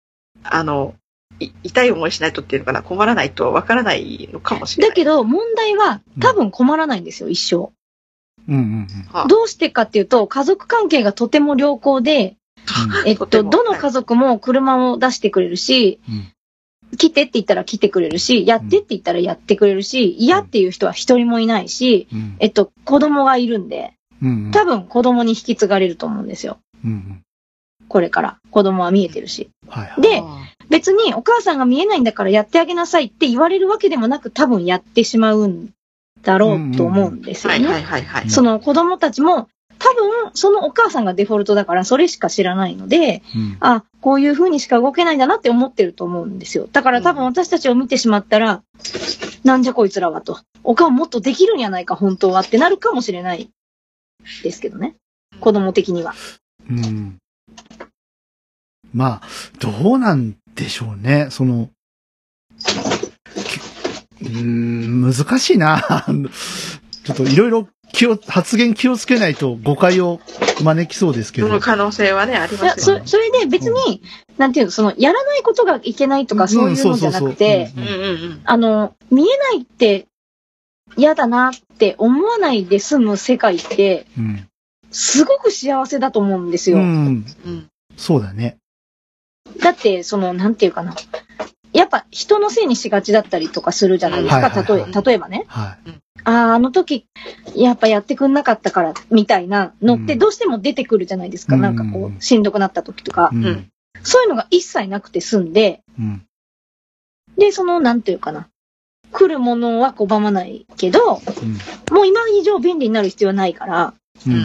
痛い思いしないとっていうのかな、困らないとわからないのかもしれない。 だけど、問題は、多分困らないんですよ、一生。 うんうんはあどうしてかっていうと、家族関係がとても良好で、 とてもどの家族も車を出してくれるし、 うん来てって言ったら来てくれるし、やってって言ったらやってくれるし、嫌っていう人は一人もいないし、 うん。 子供がいるんで、 うんうん。 多分子供に引き継がれると思うんですよ。 うんうん。 これから。子供は見えてるし。 はいはい。 で、別にお母さんが見えないんだからやってあげなさいって言われるわけでもなく、多分やってしまうんだろうと思うんですよね。 はいはいはいはい。 その子供たちも、多分、そのお母さんがデフォルトだから、それしか知らないので、 うんあ、こういう風にしか動けないんだなって思ってると思うんですよ。だから多分私たちを見てしまったら、なんじゃこいつらはと。おかんもっとできるんやないか、本当はってなるかもしれないですけどね。子供的には。 うん。まあ、どうなんでしょうね。難しいな。ちょっといろいろ発言気をつけないと誤解を招きそうですけど。 その可能性はね、ありいや、 ますよね。 それで別に、なんていうの、やらないことがいけないとかそういうのじゃなくて、 うんうんうん。 見えないって嫌だなって思わないで済む世界って、 うん。 すごく幸せだと思うんですよ。 うん。 うんそうだね。 だって、なんていうかな。やっぱ人のせいにしがちだったりとかするじゃないですか。 はいはいはい例えばね。 はい。 あの時、やっぱやってくんなかったから、みたいなのってどうしても出てくるじゃないですか。 うんなんかこう、しんどくなった時とか。 うん。 うんそういうのが一切なくて済んで、 うん。 で、なんていうかな。来るものは拒まないけど、 うん。 もう今以上便利になる必要はないから、 うん。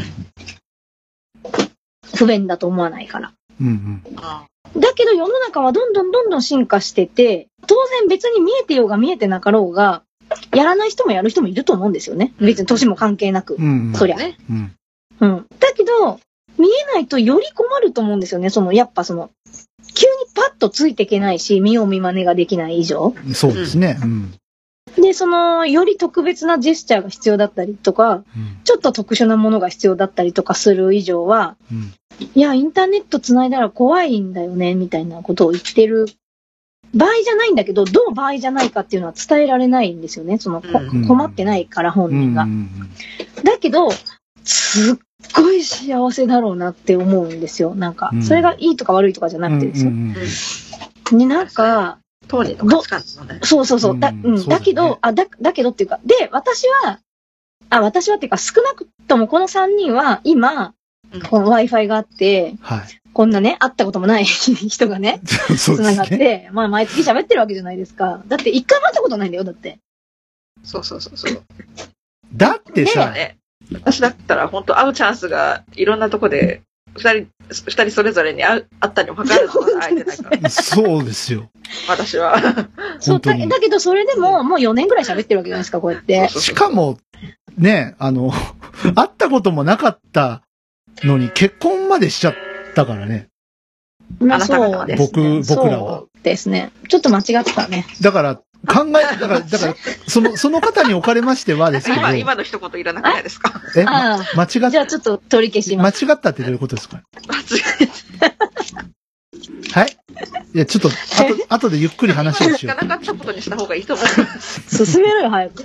不便だと思わないから。 うん。 あだけど世の中はどんどん進化してて、当然別に見えてようが見えてなかろうが、やらない人もやる人もいると思うんですよね。別に年も関係なく。 うん。 そりゃ。 ね。 うん。 うん。だけど、見えないとより困ると思うんですよね。やっぱ急にパッとついていけないし、見よう見真似ができない以上。 そうですね。うん。 で、より特別なジェスチャーが必要だったりとか、 うん。 ちょっと特殊なものが必要だったりとかする以上は、 うん。 いや、インターネット繋いだら怖いんだよね、みたいなことを言ってる場合じゃないんだけど、どう場合じゃないかっていうのは伝えられないんですよね。 うん困ってないから本人が。だけど、すっごい幸せだろうなって思うんですよ。なんか、それがいいとか悪いとかじゃなくてですよ。ね、なんか、 当時の価値観ですよね。 そう。 そうだねだけど、だけどっていうか、で、私はっていうか、少なくともこの3人は、今、この Wi-Fi があって、 はい。 こんなね、会ったこともない人がね、 そう繋がっですね。 て、まあ、毎月喋ってるわけじゃないですか。だって、一回も会ったことないんだよ、だって。 そう。 だってさ、 ね私だったら本当会うチャンスがいろんなとこで、二人それぞれに会ったにもかかわらずまだ会えてないから。 そうですよ。 私は。 そう、だけどそれでも、もう4年ぐらい喋ってるわけじゃないですか、こうやって。 しかも、ね、会ったこともなかったのに結婚までしちゃったからね。 まあそうですね。 僕らは。 そうですね。ちょっと間違ったね。 だから、だから、その方におかれましてはですけど。 今の一言いらなくないですか？ 間違った。 じゃあちょっと取り消します。 間違ったってどういうことですか？ 間違えた。はい。いや、ちょっと、後でゆっくり話をしよう。 聞かなかったことにした方がいいと思う。 進めろよ、早く。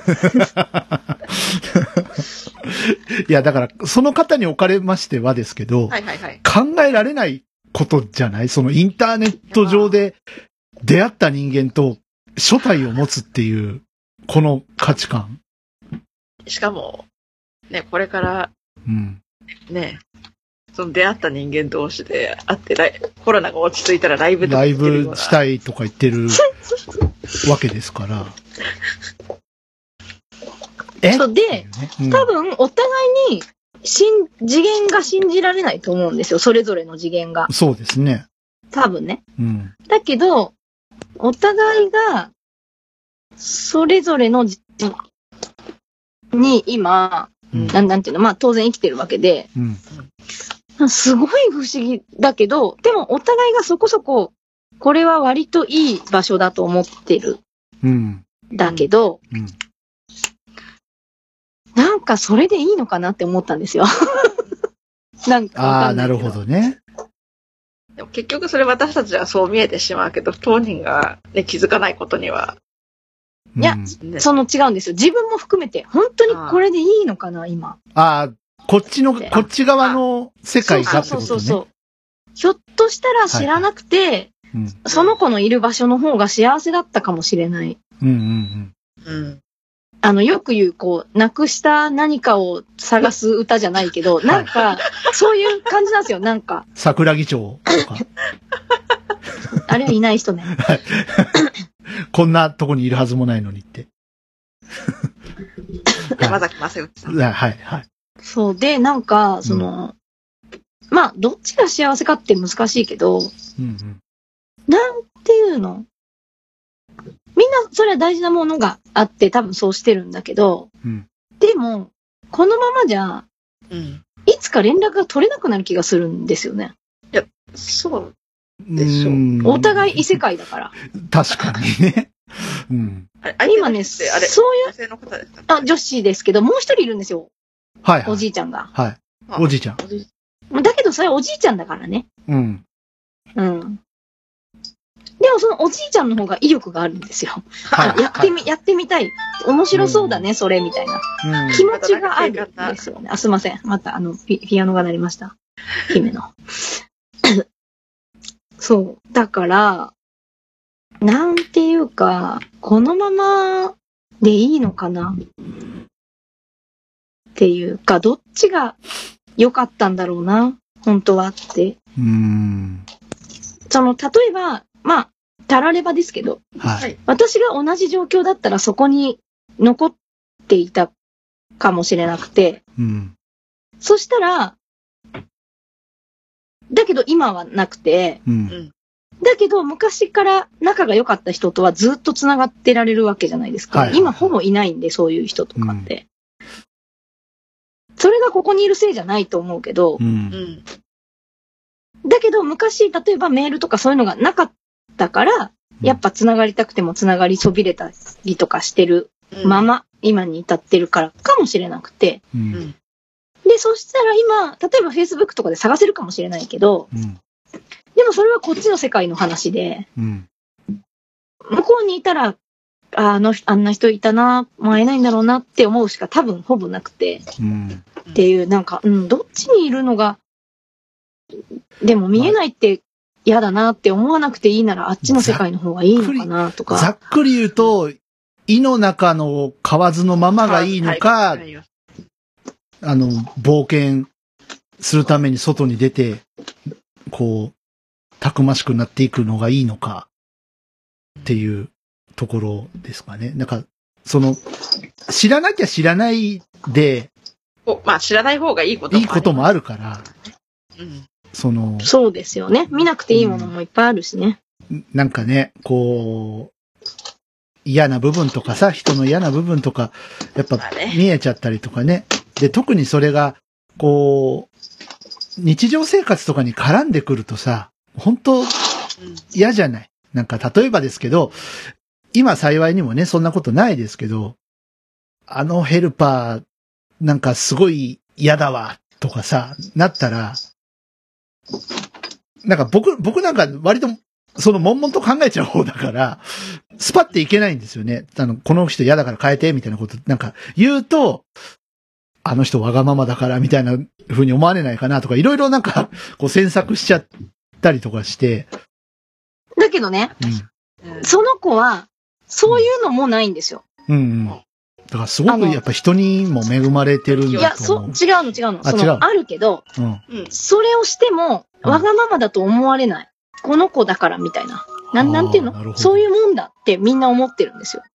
いや、だから、その方におかれましてはですけど、 はいはいはい。 考えられないことじゃない？そのインターネット上で出会った人間と初対を持つっていう、この価値観。 しかも、ね、これから、ね、その出会った人間同士で会ってコロナが落ち着いたらライブとかライブしたいとか言ってるわけですから。 そうで、多分お互いに次元が信じられないと思うんですよ。それぞれの次元が。 そうですね。 多分ね。だけど、お互いが、それぞれのに今、なんていうの、まあ当然生きてるわけで、すごい不思議だけど、でもお互いがそこそこ、これは割といい場所だと思ってる。だけど、なんかそれでいいのかなって思ったんですよ。なんかああ、なるほどね。 でも結局それ私たちはそう見えてしまうけど、当人が、ね、気づかないことには。 いや、その違うんですよ。自分も含めて、本当にこれでいいのかな、今。 ああ、こっち側の世界がってことね。そう。 ひょっとしたら知らなくて、その子のいる場所の方が幸せだったかもしれない。よく言う、こう、なくした何かを探す歌じゃないけど、なんか、そういう感じなんですよ、なんか。 桜木町とか。 あれはいない人ね。 こんなとこにいるはずもないのにって。 山崎正義さん。 はい。 そうで、なんか、まあ、どっちが幸せかって難しいけど、なんていうの？みんなそれは大事なものがあって多分そうしてるんだけど、でも、このままじゃ、いつか連絡が取れなくなる気がするんですよね。 いや、そうでしょう。 お互い異世界だから。 確かにね。 今ね、そういう、女子ですけど、もう一人いるんですよ。 はい。 おじいちゃんが。 はい。おじいちゃん。 だけどそれはおじいちゃんだからね。でもそのおじいちゃんの方が威力があるんですよ。やってみたい。面白そうだね、それ、みたいな。気持ちがあるんですよね。すいません。またピアノが鳴りました。姫の。そう。だから、なんていうか、このままでいいのかなっていうか、どっちが良かったんだろうな、本当はって。例えば、まあ、たらればですけど、私が同じ状況だったらそこに残っていたかもしれなくて、そしたら、だけど今はなくて、だけど昔から仲が良かった人とはずっと繋がってられるわけじゃないですか。今ほぼいないんで、そういう人とかって。それがここにいるせいじゃないと思うけど、だけど昔、例えばメールとかそういうのがなかったから、やっぱ繋がりたくても繋がりそびれたりとかしてるまま、今に至ってるからかもしれなくて。で、そしたら今、例えば Facebook とかで探せるかもしれないけど、でもそれはこっちの世界の話で、向こうにいたら、あんな人いたな、もう会えないんだろうなって思うしか多分ほぼなくて、っていう、なんか、どっちにいるのが、でも見えないって嫌だなって思わなくていいならあっちの世界の方がいいのかなとか。 ざっくり言うと、胃の中の蛙のままがいいのか、冒険するために外に出て、こう、たくましくなっていくのがいいのか、っていうところですかね。なんか、知らなきゃ知らないで、 まあ知らない方がいいこといいこともあるから、 うん。 そうですよね。見なくていいものもいっぱいあるしね。 なんかね、こう、嫌な部分とかさ、人の嫌な部分とか、やっぱ見えちゃったりとかね。で、特にそれが、こう、日常生活とかに絡んでくるとさ、本当嫌じゃない。なんか例えばですけど、今幸いにもね、そんなことないですけど、あのヘルパー、なんかすごい嫌だわ、とかさ、なったら、なんか僕なんか割と、その悶々と考えちゃう方だから、スパっていけないんですよね。この人嫌だから変えて、みたいなこと、なんか言うと、あの人わがままだから、みたいな風に思われないかなとか、いろいろなんか、こう詮索しちゃったりとかして。 だけどね、その子は、そういうのもないんですよ。 うんうん。だからすごくやっぱ人にも恵まれてるんだと思う。 いや、違うの。あるけど、それをしても、わがままだと思われない。この子だからみたいな。なんていうの？そういうもんだってみんな思ってるんですよ。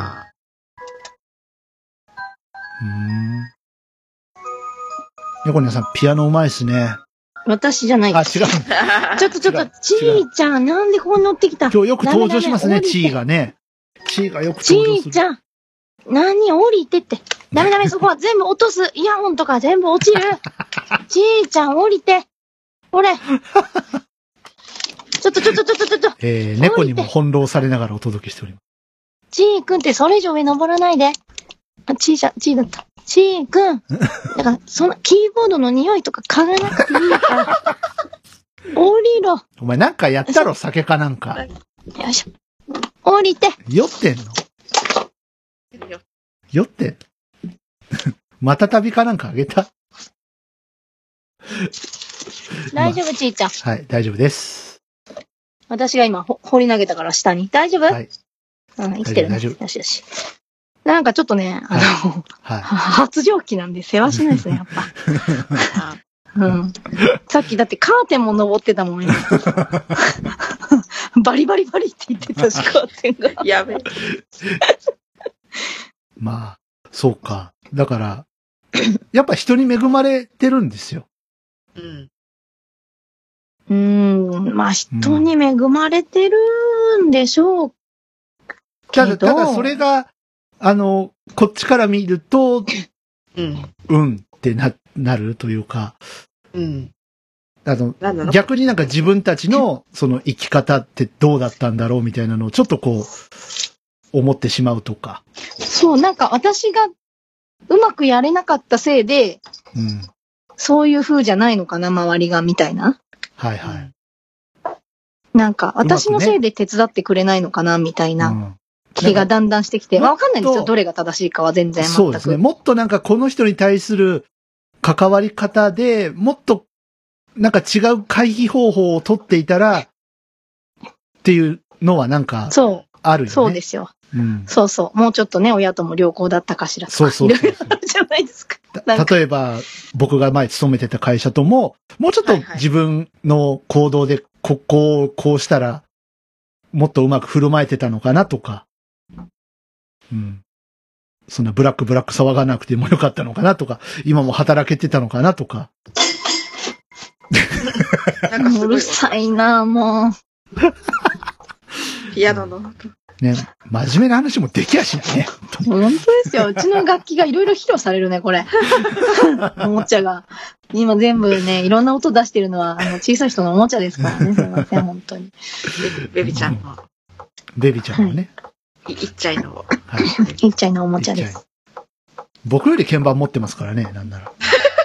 猫ニャさん、ピアノうまいっすね。 私じゃないです。 違う。 ちょっと、ちーちゃん、なんでここに乗ってきた？ 今日よく登場しますね、チーがね。チーがよく登場する。 ちーちゃん、何降りてって。ダメ、そこは全部落とす。イヤホンとか全部落ちる。ちーちゃん降りて。これ。ちょっと。 猫にも翻弄されながらお届けしております。 ちーくんってそれ以上上登らないで。ちーだった。ちーくん。だから、そのキーボードの匂いとか嗅がなくていいから。降りろ。 お前なんかやったろ、酒かなんか。 よいしょ。降りて。 酔ってんの？酔ってんの？また旅かなんかあげた？ 大丈夫、ちーちゃん。 はい、大丈夫です。 私が今、放り投げたから下に。大丈夫？はい。生きてるね。 大丈夫。 よし。なんかちょっとね、発情期なんで世話しないですね、やっぱ。さっきだってカーテンも登ってたもん、今。バリバリって言ってたし、カーテンが。 やべえ。 まあ、そうか。だから、やっぱ人に恵まれてるんですよ。 まあ人に恵まれてるんでしょうけど。 ただそれが、こっちから見ると、ってなるというか、逆になんか自分たちのその生き方ってどうだったんだろうみたいなのをちょっとこう、思ってしまうとか。 そう、なんか私がうまくやれなかったせいで、そういう風じゃないのかな、周りが、みたいな。 はいはい。 なんか、私のせいで手伝ってくれないのかな、みたいな気がだんだんしてきて、わかんないんですよ、どれが正しいかは全然全く。 そうですね。もっとなんかこの人に対する関わり方で、もっとなんか違う回避方法を取っていたら、っていうのはなんか、あるよね。 そうですよ。そう。もうちょっとね、親とも良好だったかしら。 そう。 いろいろあるじゃないですか。 例えば、僕が前勤めてた会社とも、もうちょっと自分の行動で、こうしたら、もっとうまく振る舞えてたのかなとか、そんなブラック騒がなくてもよかったのかなとか、今も働けてたのかなとか。 うるさいなもう。 ピアノの音。 ね、真面目な話もできやしないね。 本当ですよ。うちの楽器がいろいろ披露されるね、これ。おもちゃが。今全部ね、いろんな音出してるのは、小さい人のおもちゃですからね。すいません、本当に。 ベビちゃんの。 ベビちゃんのね。 いっちゃいの。 いっちゃいのおもちゃです。 僕より鍵盤持ってますからね、なんなら。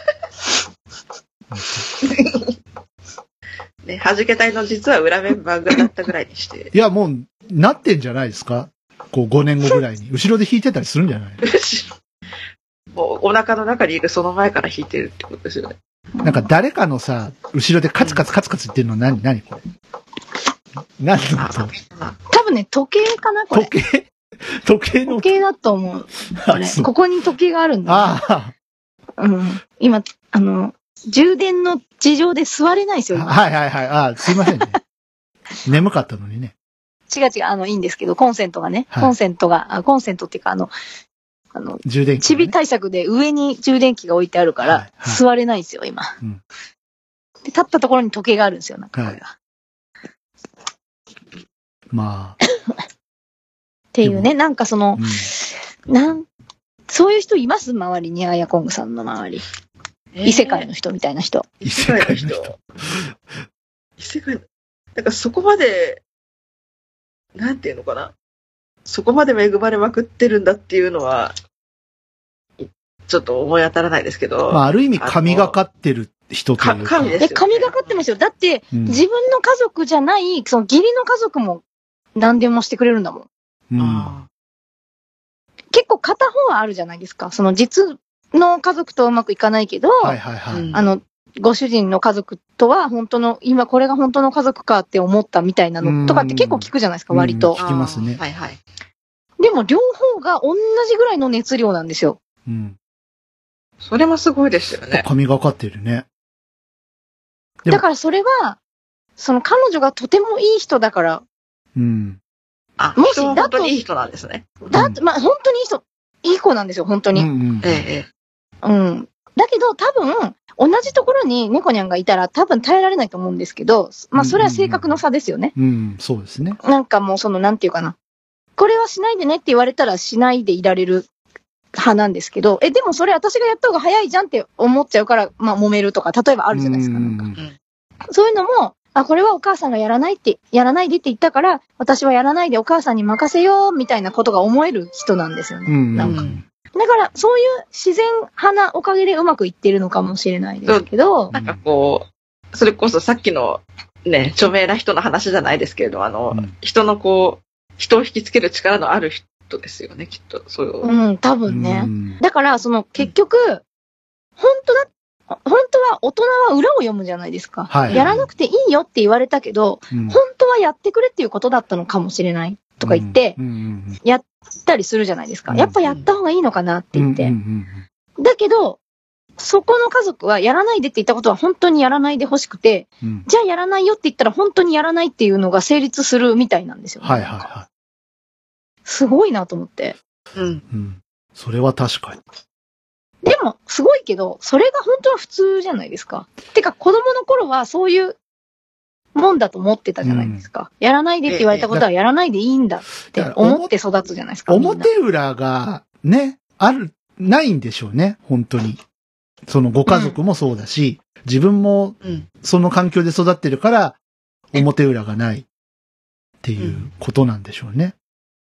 ね、はじけ隊の実は裏メンバーだったぐらいにして。 いや、もう、なってんじゃないですか？こう5年後ぐらいに。後ろで弾いてたりするんじゃない？ もうお腹の中にいるその前から弾いてるってことですよね。 なんか誰かのさ、後ろでカツカツ言ってるの何これ？何の音？ 多分ね、時計かなこれ。 時計の音？ 時計だと思う。これ。ここに時計があるんだ。今、充電の事情で座れないですよ。 はい。すいませんね。眠かったのにね。 違う、いいんですけど、コンセントがね、コンセントっていうか、 充電器、ね。 チビ対策で上に充電器が置いてあるから、 はいはい座れないんですよ、今。 うんで立ったところに時計があるんですよ、なんかこれが。 まあ。 っていうね、なんかそのう、んそういう人います周りに、アヤコングさんの周り。異世界の人みたいな人。 異世界の人。異世界の、なんかそこまで、なんていうのかな。そこまで恵まれまくってるんだっていうのは、ちょっと思い当たらないですけど。 まあ、ある意味神がかってる人というか。 神ですよね。 神がかってますよ。だって、自分の家族じゃない、その義理の家族も何でもしてくれるんだもん。 うん結構片方はあるじゃないですか。その実の家族とはうまくいかないけど、 はいはいはい。 ご主人の家族とは本当の、今これが本当の家族かって思ったみたいなのとかって結構聞くじゃないですか、割と。 聞きますね。 はいはい。 でも両方が同じぐらいの熱量なんですよ。 うん。 それもすごいですよね。 神がかってるね。 だからそれは、その彼女がとてもいい人だから、 うん。 もし、 本当にいい人なんですね。 まあ本当にいい人、いい子なんですよ、本当に。 ええ。 うん。だけど多分、同じところに猫ニャンがいたら多分耐えられないと思うんですけど、まあそれは性格の差ですよね。 そうですね。 なんかもうなんていうかな。これはしないでねって言われたらしないでいられる派なんですけど、でもそれ私がやった方が早いじゃんって思っちゃうから、まあ揉めるとか、例えばあるじゃないですか。なんかそういうのも、これはお母さんがやらないでって言ったから、私はやらないでお母さんに任せよう、みたいなことが思える人なんですよね。なんか。だから、そういう自然派なおかげでうまくいってるのかもしれないですけど。 なんかこう、それこそさっきのね、著名な人の話じゃないですけれど、人のこう、人を引きつける力のある人ですよね、きっと。そういう。 多分ね。だから、結局、本当は大人は裏を読むじゃないですか。やらなくていいよって言われたけど、本当はやってくれっていうことだったのかもしれないとか言って、やったりするじゃないですか。やっぱやった方がいいのかなって言って。だけど、そこの家族はやらないでって言ったことは本当にやらないでほしくて、じゃあやらないよって言ったら本当にやらないっていうのが成立するみたいなんですよね。すごいなと思って。 それは確かに。 でも、すごいけど、それが本当は普通じゃないですか。てか、子供の頃はそういうもんだと思ってたじゃないですか。やらないでって言われたことはやらないでいいんだって思って育つじゃないですか。 表裏がね、ないんでしょうね、本当に。そのご家族もそうだし、自分もその環境で育ってるから、表裏がないっていうことなんでしょうね。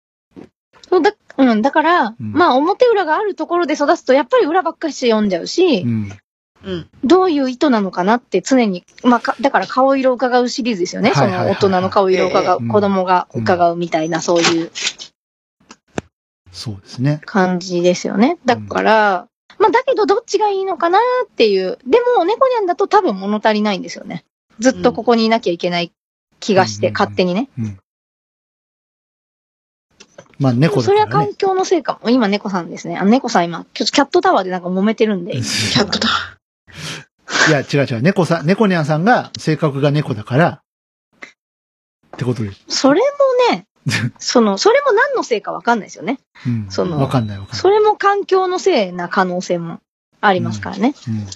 だから、まあ表裏があるところで育つと、やっぱり裏ばっかりして読んじゃうし、どういう意図なのかなって常に、まあ、だから顔色を伺うシリーズですよね。その大人の顔色を伺う、子供が伺うみたいな、そういう。 そうですね。 感じですよね。だから、まあだけどどっちがいいのかなっていう。でも、猫ニャンだと多分物足りないんですよね。ずっとここにいなきゃいけない気がして、勝手にね。 まあ猫だからね。 それは環境のせいかも。今猫さんですね。猫さん今、キャットタワーでなんか揉めてるんで。キャットタワー。いや、違う。猫ニャンさんが性格が猫だから、ってことです。 それもね、それも何のせいかわかんないですよね。 わかんない。 それも環境のせいな可能性もありますからね。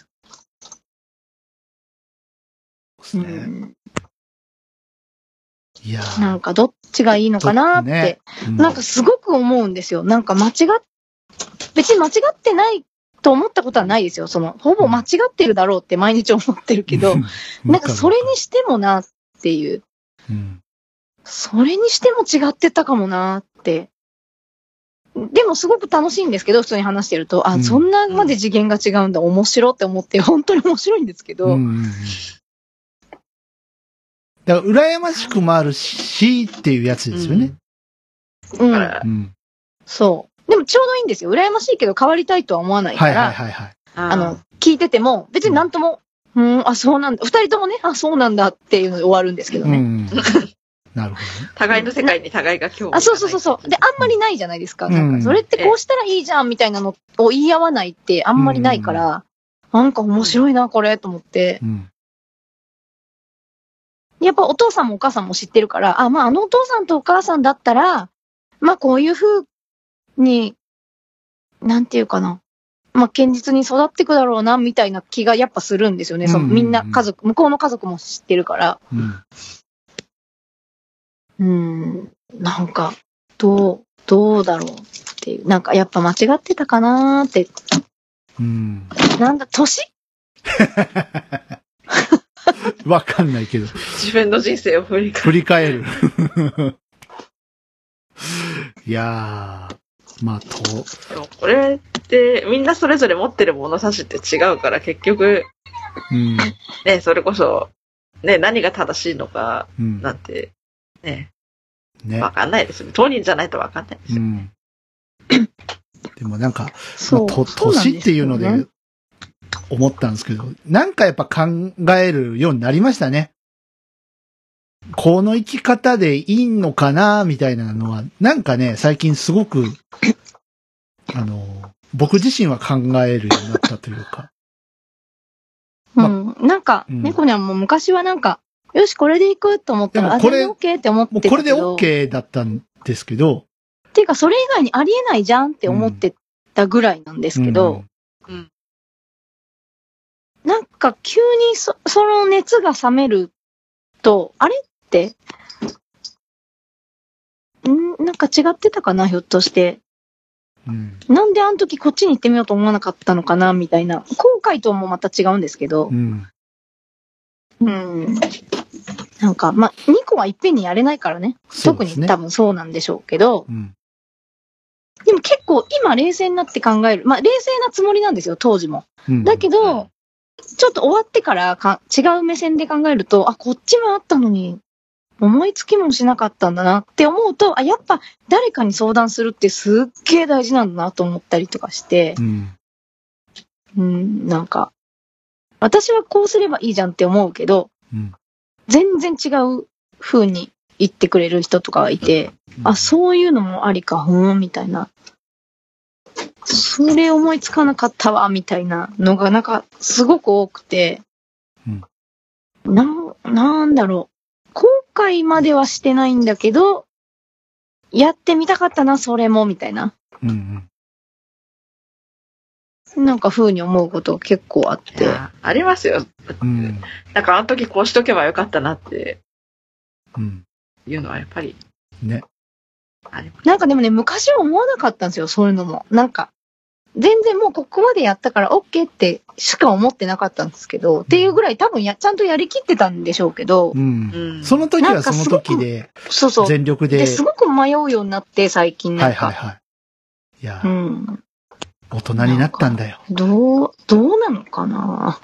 いやなんかどっちがいいのかなって、なんかすごく思うんですよ。なんか別に間違ってないと思ったことはないですよ。ほぼ間違ってるだろうって毎日思ってるけど、なんかそれにしてもなっていう。それにしても違ってたかもなって。でもすごく楽しいんですけど、普通に話してると、そんなまで次元が違うんだ、面白って思って、本当に面白いんですけど。 だから羨ましくもあるしっていうやつですよね。 そう。でもちょうどいいんですよ。羨ましいけど変わりたいとは思わないから。聞いてても、別になんとも、そうなんだ。二人ともね、そうなんだっていうので終わるんですけどね。 なるほどね。 互いの世界に互いが興味。 そう。で、あんまりないじゃないですか。なんか、それってこうしたらいいじゃんみたいなのを言い合わないってあんまりないから、なんか面白いな、これ、と思って。やっぱお父さんもお母さんも知ってるから、まあお父さんとお母さんだったら、まあこういう風になんていうかな。まあ、堅実に育っていくだろうな、みたいな気がやっぱするんですよね。そのみんな家族、向こうの家族も知ってるから。なんか、どうだろうっていう。なんかやっぱ間違ってたかなーって。なんだ、年わかんないけど。 自分の人生を振り返る。 いやー、まあ、 でもこれってみんなそれぞれ持ってる物差しって違うから結局、ね、それこそ、ね、何が正しいのかなんて、ね、わかんないですよね。当人じゃないとわかんないですよね。 でもなんか、年っていうので思ったんですけど、なんかやっぱ考えるようになりましたね。この生き方でいいのかなみたいなのは、なんかね、最近すごく、僕自身は考えるようになったというか。 なんか、猫にはもう昔はなんか、よし、これで行くと思ったら、 これ、 OK って思ってたけど。 これで OK だったんですけど。 っていうか、それ以外にありえないじゃんって思ってたぐらいなんですけど、なんか急にその熱が冷めると、あれって、なんか違ってたかな、ひょっとして。なんであの時こっちに行ってみようと思わなかったのかな、みたいな。後悔ともまた違うんですけど。なんか、まあ、2個はいっぺんにやれないからね。特に多分そうなんでしょうけど。でも結構今冷静になって考える。まあ、冷静なつもりなんですよ、当時も。だけど、ちょっと終わってから違う目線で考えると、あ、こっちもあったのに、思いつきもしなかったんだなって思うと、あ、やっぱ誰かに相談するってすっげえ大事なんだなと思ったりとかして、なんか、私はこうすればいいじゃんって思うけど、全然違う風に言ってくれる人とかがいて、あ、そういうのもありか、みたいな。それ思いつかなかったわ、みたいなのがなんかすごく多くて、なんだろう。後悔まではしてないんだけど、やってみたかったな、それも、みたいな。なんか風に思うこと結構あって。 ありますよ。なんかあの時こうしとけばよかったなって、いうのはやっぱり。 ね。 なんかでもね、昔は思わなかったんですよ、そういうのも。なんか、全然もうここまでやったから OK ってしか思ってなかったんですけど、っていうぐらい多分ちゃんとやりきってたんでしょうけど、 その時はその時で、全力で。 すごく迷うようになって、最近なんか。 いや、大人になったんだよ。 どうなのかな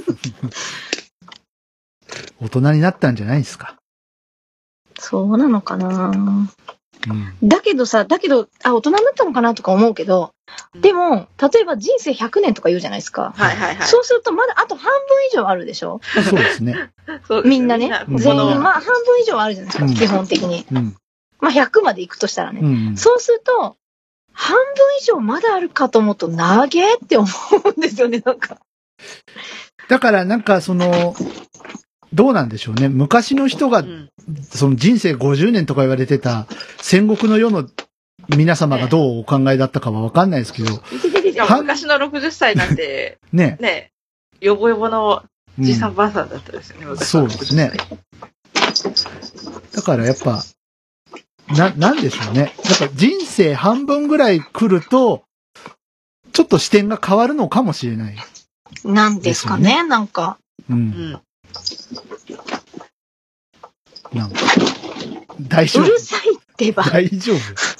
大人になったんじゃないですか。 そうなのかなだけど、大人になったのかなとか思うけど、でも、例えば人生100年とか言うじゃないですか。そうするとまだあと半分以上あるでしょ。 そうですね。 みんなね、全員、まあ半分以上あるじゃないですか、基本的に。まあ100まで行くとしたらね。そうすると、半分以上まだあるかと思うと、長えって思うんですよね、なんか。 だからなんかどうなんでしょうね。昔の人が、その人生50年とか言われてた戦国の世の皆様がどうお考えだったかはわかんないですけど。 昔の60歳なんて、ね、よぼよぼのじいさんばあさんだったですよね、 そうですね。だからやっぱ、なんでしょうね。やっぱ人生半分ぐらい来ると、ちょっと視点が変わるのかもしれない、 なんですかね、なんか。 なんか、大丈夫。 うるさいってば。 大丈夫。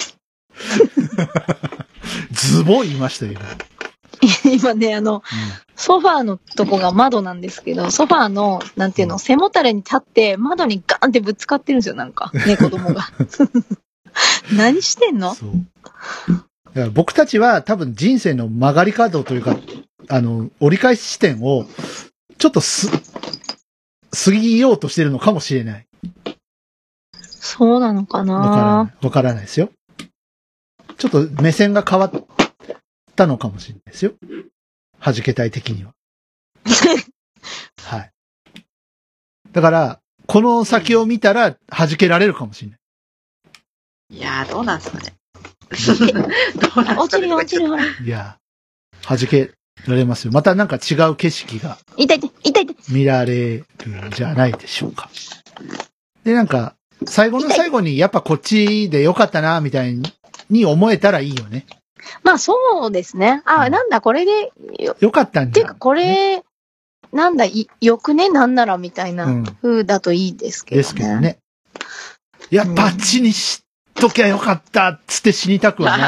ズボン言いましたよ。 今ね、ソファーのとこが窓なんですけど、ソファーの、なんていうの、背もたれに立って、窓にガーンってぶつかってるんですよ、なんか。ね、子供が。何してんの？ そう。だから僕たちは多分人生の曲がり角というか、折り返し地点を、ちょっと過ぎようとしてるのかもしれない。 そうなのかな？ わからないですよ。ちょっと目線が変わったのかもしれないですよ。弾けたい的には。はい。だから、この先を見たら弾けられるかもしれない。 いやー、どうなんですかね。 うなん落ちるよ、落ちるよ、ほら。 いや、弾けられますよ。またなんか違う景色が痛い痛い、痛い痛い。 見られるんじゃないでしょうか。で、なんか、最後の最後にやっぱこっちでよかったな、みたいに思えたらいいよね。 まあそうですね。あ、なんだ、これで、 よかったんじゃん。 っていうか、これ、なんだ、よくね、なんならみたいな風だといいですけどね。 ですけどね。いや、バッチにしときゃよかったっつって死にたくはない。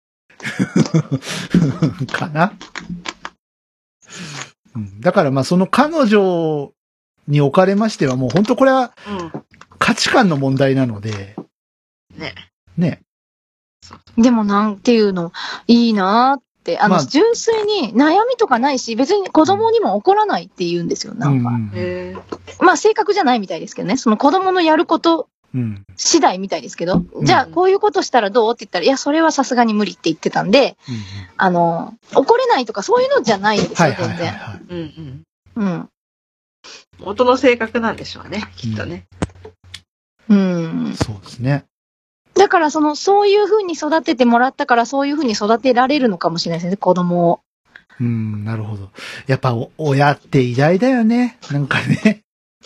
かな。だからまあその彼女におかれましてはもう本当これは価値観の問題なので。ね。 でもなんていうの、いいなーって、まあ、純粋に悩みとかないし、別に子供にも怒らないって言うんですよ、なんか。まあ、正確じゃないみたいですけどね。その子供のやること次第みたいですけど、じゃあ、こういうことしたらどうって言ったら、いや、それはさすがに無理って言ってたんで、怒れないとかそういうのじゃないんですよ、全然。 元の性格なんでしょうね、きっとね。 そうですね。 だからそういう風に育ててもらったから、そういう風に育てられるのかもしれないですね、子供を。 なるほど。やっぱ、親って偉大だよね。なんかね。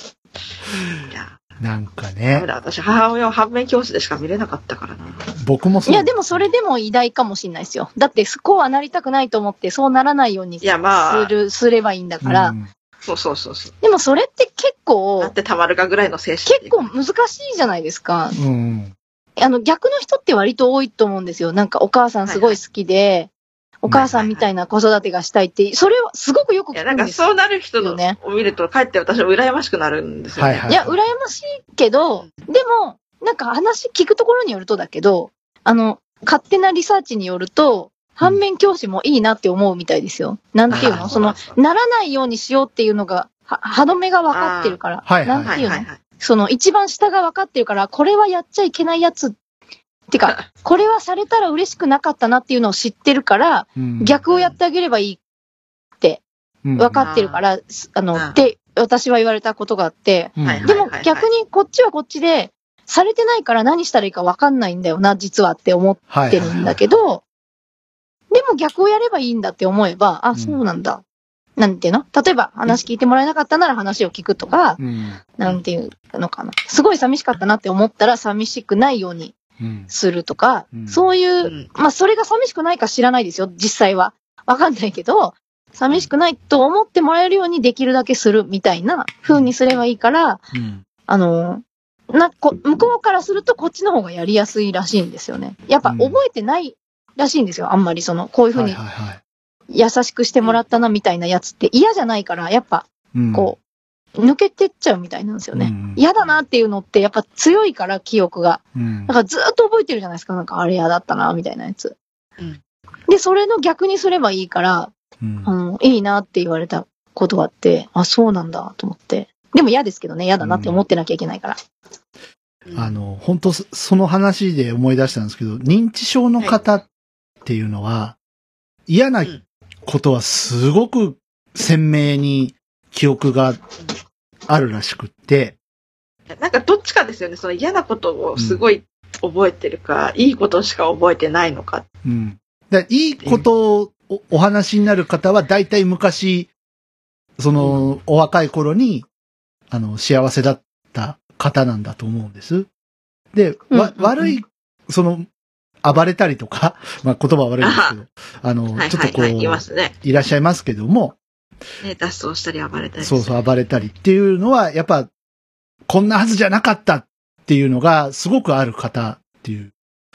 なんかね。 私、母親を反面教師でしか見れなかったからな。 僕もそう。 いや、でもそれでも偉大かもしれないですよ。だって、こうはなりたくないと思って、そうならないようにすればいいんだから。 そう。 でもそれって結構、 だってたまるかぐらいの精神。 結構難しいじゃないですか。逆の人って割と多いと思うんですよ。なんかお母さんすごい好きで、お母さんみたいな子育てがしたいって、それはすごくよく聞くんですよ。 なんかそうなる人を見ると、かえって私は羨ましくなるんですよね。 いや、羨ましいけど、でも、なんか話聞くところによるとだけど、勝手なリサーチによると、反面教師もいいなって思うみたいですよ。なんていうのならないようにしようっていうのが、歯止めが分かってるから。なんていうの一番下が分かってるから、これはやっちゃいけないやつ。てか、これはされたら嬉しくなかったなっていうのを知ってるから、逆をやってあげればいいって分かってるから、って私は言われたことがあって、でも逆にこっちはこっちで、されてないから何したらいいか分かんないんだよな、実はって思ってるんだけど、でも逆をやればいいんだって思えば、あ、そうなんだ。なんていうの？例えば話聞いてもらえなかったなら話を聞くとか、なんていうのかな。すごい寂しかったなって思ったら寂しくないようにするとか、そういう、まあそれが寂しくないか知らないですよ、実際は。わかんないけど、寂しくないと思ってもらえるようにできるだけするみたいな風にすればいいから、向こうからするとこっちの方がやりやすいらしいんですよね。やっぱ覚えてないらしいんですよ、あんまりこういう風に優しくしてもらったなみたいなやつって嫌じゃないから、やっぱ、こう、抜けてっちゃうみたいなんですよね。嫌だなっていうのってやっぱ強いから記憶が。だからずっと覚えてるじゃないですか。なんかあれ嫌だったなみたいなやつ。で、それの逆にすればいいから、いいなって言われたことがあって、あ、そうなんだと思って。でも嫌ですけどね、嫌だなって思ってなきゃいけないから。 本当その話で思い出したんですけど、認知症の方っていうのは、嫌なことはすごく鮮明に記憶があるらしくって。 なんかどっちかですよね。その嫌なことをすごい覚えてるか、いいことしか覚えてないのか。 いいことをお話になる方は大体昔、お若い頃に、幸せだった方なんだと思うんです。で、悪い、暴れたりとか、まあ言葉は悪いんですけど、ちょっとこう、いらっしゃいますけども、 ね、脱走したり暴れたり。 そう、暴れたりっていうのは、やっぱ、こんなはずじゃなかったっていうのが、すごくある方っていう、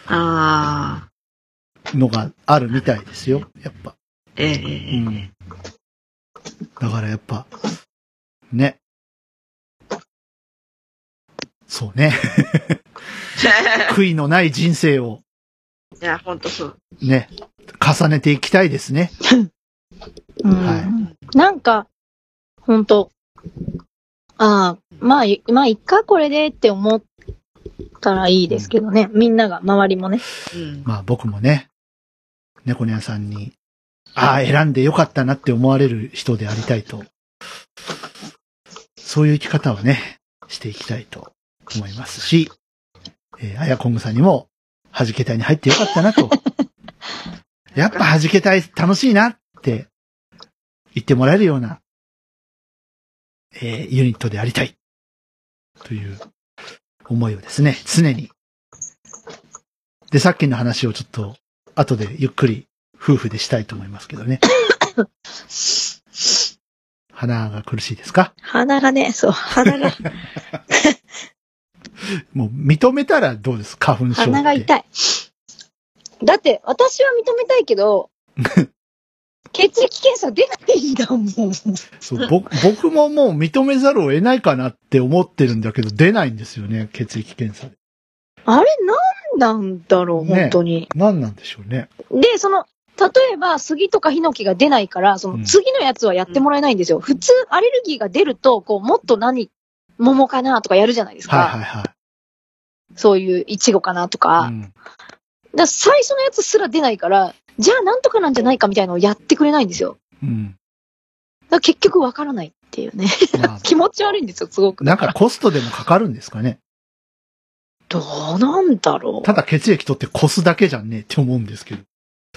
のがあるみたいですよ、やっぱ。だからやっぱ、ね。そうね。悔いのない人生を。 いや、ほんとそう。 ね。重ねていきたいですね。 なんか、ほんと、まあ、いっか、これでって思ったらいいですけどね。みんなが、周りもね。 まあ僕もね、猫ニャンさんに、選んでよかったなって思われる人でありたいと。そういう生き方をね、していきたいと思いますし、あやこんぐさんにも、 弾け隊に入ってよかったなと。やっぱ弾け隊楽しいなって言ってもらえるような、ユニットでありたい。という思いをですね、常に。で、さっきの話をちょっと後でゆっくり夫婦でしたいと思いますけどね。鼻が苦しいですか？ 鼻がね、そう、鼻が。 もう認めたらどうです花粉症って。 鼻が痛い。だって、私は認めたいけど、血液検査出ないんだもん。 そう僕ももう認めざるを得ないかなって思ってるんだけど、出ないんですよね、血液検査で。 あれ、なんなんだろう、 ね、 本当に。 なんなんでしょうね。 で、例えば、杉とかヒノキが出ないから、次のやつはやってもらえないんですよ。普通、アレルギーが出ると、もっと桃かなとかやるじゃないですか。 はいはいはい。 そういうイチゴかなとか。だ最初のやつすら出ないから、じゃあなんとかなんじゃないかみたいなのをやってくれないんですよ。だ結局わからないっていうね。まあ、気持ち悪いんですよ、すごく。 なんかコストでもかかるんですかね。 どうなんだろう。 ただ血液取ってこすだけじゃんねって思うんですけど。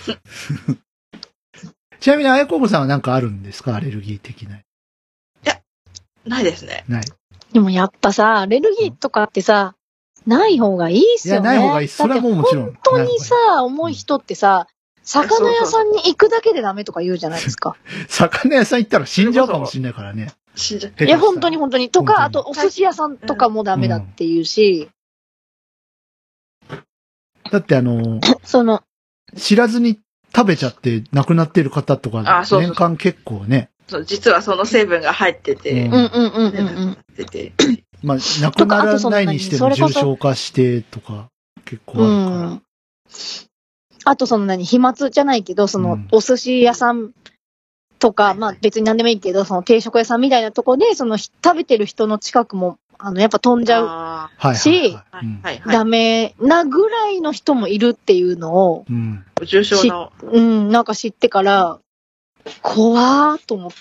ちなみに、あやこぶさんは何かあるんですか？アレルギー的な。いや、ないですね。 ない。 でもやっぱさ、アレルギーとかってさ、ない方がいいっすよね。 いや、ない方がいい。それはもうもちろん。 本当にさ、重い人ってさ、魚屋さんに行くだけでダメとか言うじゃないですか。 魚屋さん行ったら死んじゃうかもしれないからね。 死んじゃう。いや、本当に本当に。とか、あとお寿司屋さんとかもダメだっていうし。 だって知らずに食べちゃって亡くなってる方とか、年間結構ね。 そう、実はその成分が入ってて。 まあ、亡くならないにしても重症化してとか、結構あるから。 あと飛沫じゃないけど、お寿司屋さんとか、まあ別に何でもいいけど、定食屋さんみたいなとこで、食べてる人の近くも、やっぱ飛んじゃうし、ダメなぐらいの人もいるっていうのを、 重症の。 なんか知ってから、怖ーと思って。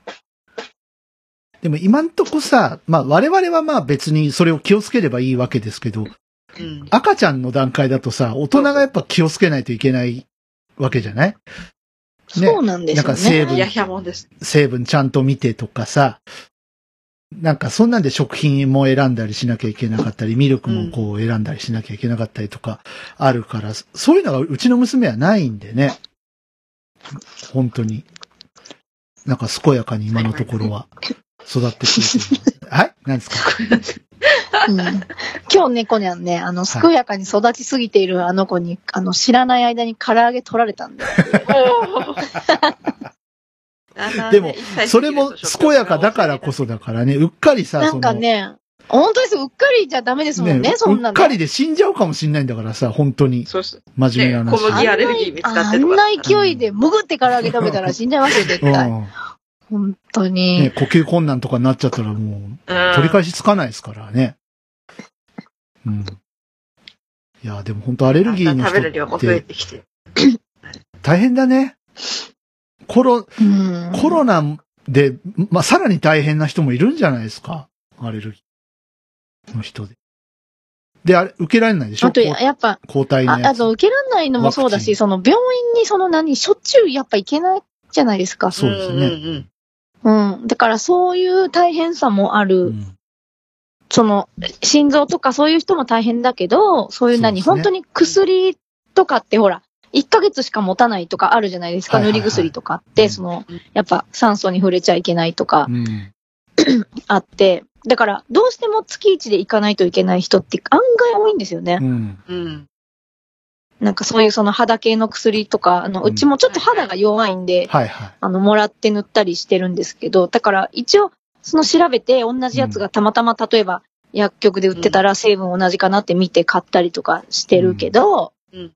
でも今んとこさ、まあ我々はまあ別にそれを気をつければいいわけですけど、赤ちゃんの段階だとさ、大人がやっぱ気をつけないといけないわけじゃない？ね、 そうなんですよね。 なんか成分ちゃんと見てとかさ、なんかそんなんで食品も選んだりしなきゃいけなかったり、ミルクもこう選んだりしなきゃいけなかったりとかあるから、そういうのがうちの娘はないんでね。本当に。なんか健やかに今のところは育ってくる。はい？何ですか？ 今日猫にゃんね、健やかに育ちすぎているあの子に、知らない間に唐揚げ取られたんだよ。 でも、それも健やかだからこそだからね、うっかりさ、 なんかね、本当です、うっかりじゃダメですもんね、そんなの。 うっかりで死んじゃうかもしんないんだからさ、本当に。真面目な話。 小麦アレルギー見つかってとか。 あんな勢いで、むぐって唐揚げ食べたら死んじゃいますよ、絶対。本当に。 ね、呼吸困難とかになっちゃったらもう、取り返しつかないですからね。いや、でも本当アレルギーの人って。食べる量も増えてきて。大変だね。コロナで、まあ、さらに大変な人もいるんじゃないですか。アレルギーの人で。で、あれ、受けられないでしょ？ あと、やっぱ、 抗体のやつ。 あと、受けられないのもそうだし、病院にしょっちゅうやっぱ行けないじゃないですか。 そうですね。 だからそういう大変さもある。心臓とかそういう人も大変だけど、そういう本当に薬とかってほら、1ヶ月しか持たないとかあるじゃないですか、塗り薬とかって、やっぱ酸素に触れちゃいけないとか、あって、だからどうしても月1で行かないといけない人って案外多いんですよね。なんかそういう肌系の薬とか、うちもちょっと肌が弱いんで、もらって塗ったりしてるんですけど、だから一応、調べて同じやつがたまたま例えば薬局で売ってたら成分同じかなって見て買ったりとかしてるけど、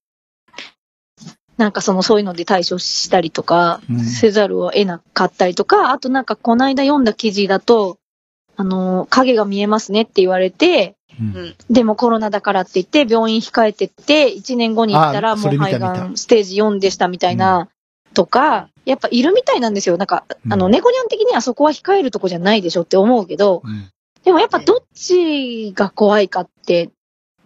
なんかそういうので対処したりとかせざるを得なかったりとか、あとなんかこの間読んだ記事だと、影が見えますねって言われて、でもコロナだからって言って病院控えてって1年後に行ったらもう肺がんステージ4でしたみたいなとか、やっぱいるみたいなんですよ。なんか、猫ニャン的にはそこは控えるとこじゃないでしょって思うけど、でもやっぱどっちが怖いかって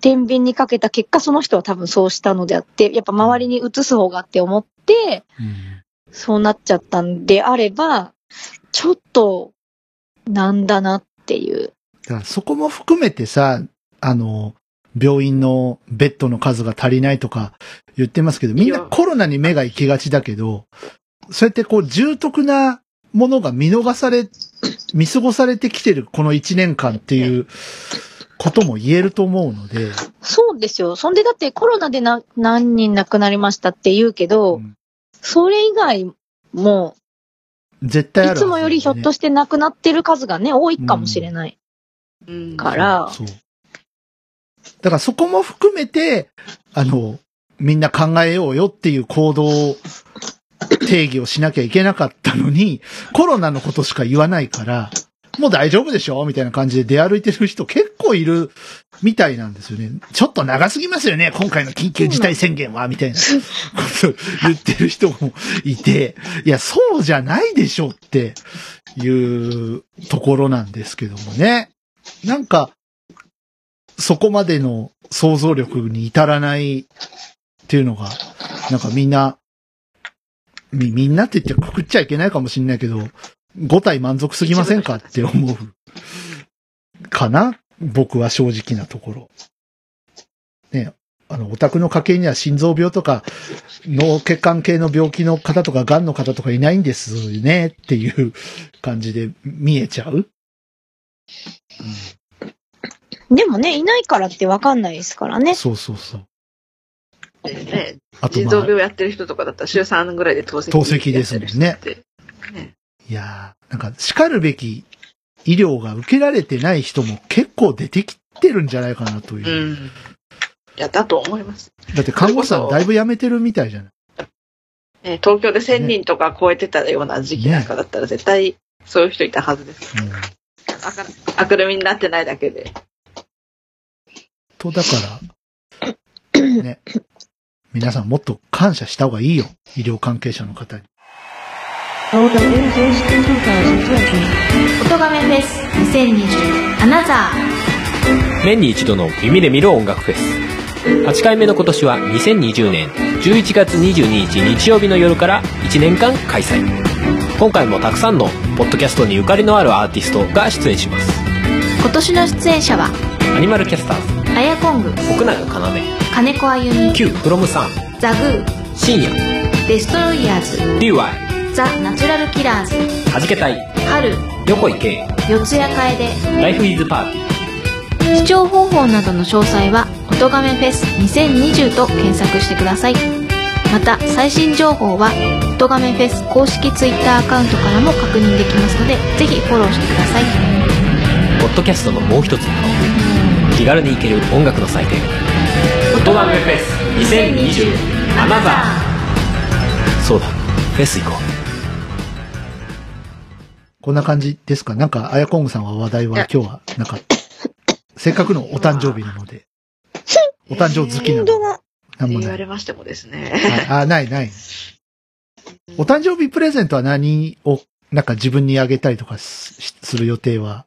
天秤にかけた結果、その人は多分そうしたのであって、やっぱ周りに移す方がって思って、そうなっちゃったんであれば、ちょっと、なんだなっていう。 だからそこも含めてさ、病院のベッドの数が足りないとか言ってますけど、みんなコロナに目が行きがちだけど、そうやってこう重篤なものが見過ごされてきてるこの1年間っていうことも言えると思うので。 そうですよ。そんでだってコロナで何人亡くなりましたって言うけど、それ以外も、 絶対ある、 いつもよりひょっとして亡くなってる数がね、多いかもしれない。から、 そう。だからそこも含めて、みんな考えようよっていう行動定義をしなきゃいけなかったのに、コロナのことしか言わないから、もう大丈夫でしょみたいな感じで出歩いてる人結構いるみたいなんですよね。ちょっと長すぎますよね今回の緊急事態宣言はみたいなこと言ってる人もいて、いや、そうじゃないでしょっていうところなんですけどもね。なんか、そこまでの想像力に至らないっていうのが、なんかみんなって言ってくくっちゃいけないかもしれないけど、5体満足すぎませんかって思うかな、僕は正直なところ。ね、お宅の家系には心臓病とか脳血管系の病気の方とか癌の方とかいないんですねっていう感じで見えちゃう。 でもね、いないからってわかんないですからね。 そうそうそう。 ね、腎臓病やってる人とかだったら週3ぐらいで透析ですもんね。いやー、なんか叱るべき医療が受けられてない人も結構出てきてるんじゃないかなという。 いや、だと思います。 だって看護師さんだいぶ辞めてるみたいじゃない。 東京で1000人とか超えてたような時期なんかだったら絶対そういう人いたはずです。明るみになってないだけで。 だから、ね。皆さんもっと感謝した方がいいよ。医療関係者の方に。 音亀フェス2020アナザー。年に一度の耳で見る音楽フェス。8回目の今年は2020年11月22日日曜日の夜から1年間開催。今回もたくさんのポッドキャストにゆかりのあるアーティストが出演します。 今年の出演者はアニマルキャスターズ、 アヤコング、 奥永要、 金子あゆみ、 Q フロムさん、 ザグー、 深夜、 デストロイヤーズ、 DY、 ザ・ナチュラルキラーズ、 はじけたい、 春、 横井圭、 四谷楓、 ライフイズパーティー。 視聴方法などの詳細は音亀フェス2020と検索してください。また最新情報は音亀フェス公式ツイッターアカウントからも確認できますので、ぜひフォローしてください。 ポッドキャストのもう一つの顔、気軽に行ける音楽の祭典、音亀フェス2020アナザー。そうだ、フェス行こう。 こんな感じですか。なんか、あやこんぐさんは話題は今日は、なんか、せっかくのお誕生日なので、お誕生日好きなので、 なんもない。言われましてもですね。 はい、ない。お誕生日プレゼントは何を、なんか自分にあげたりとかする予定は？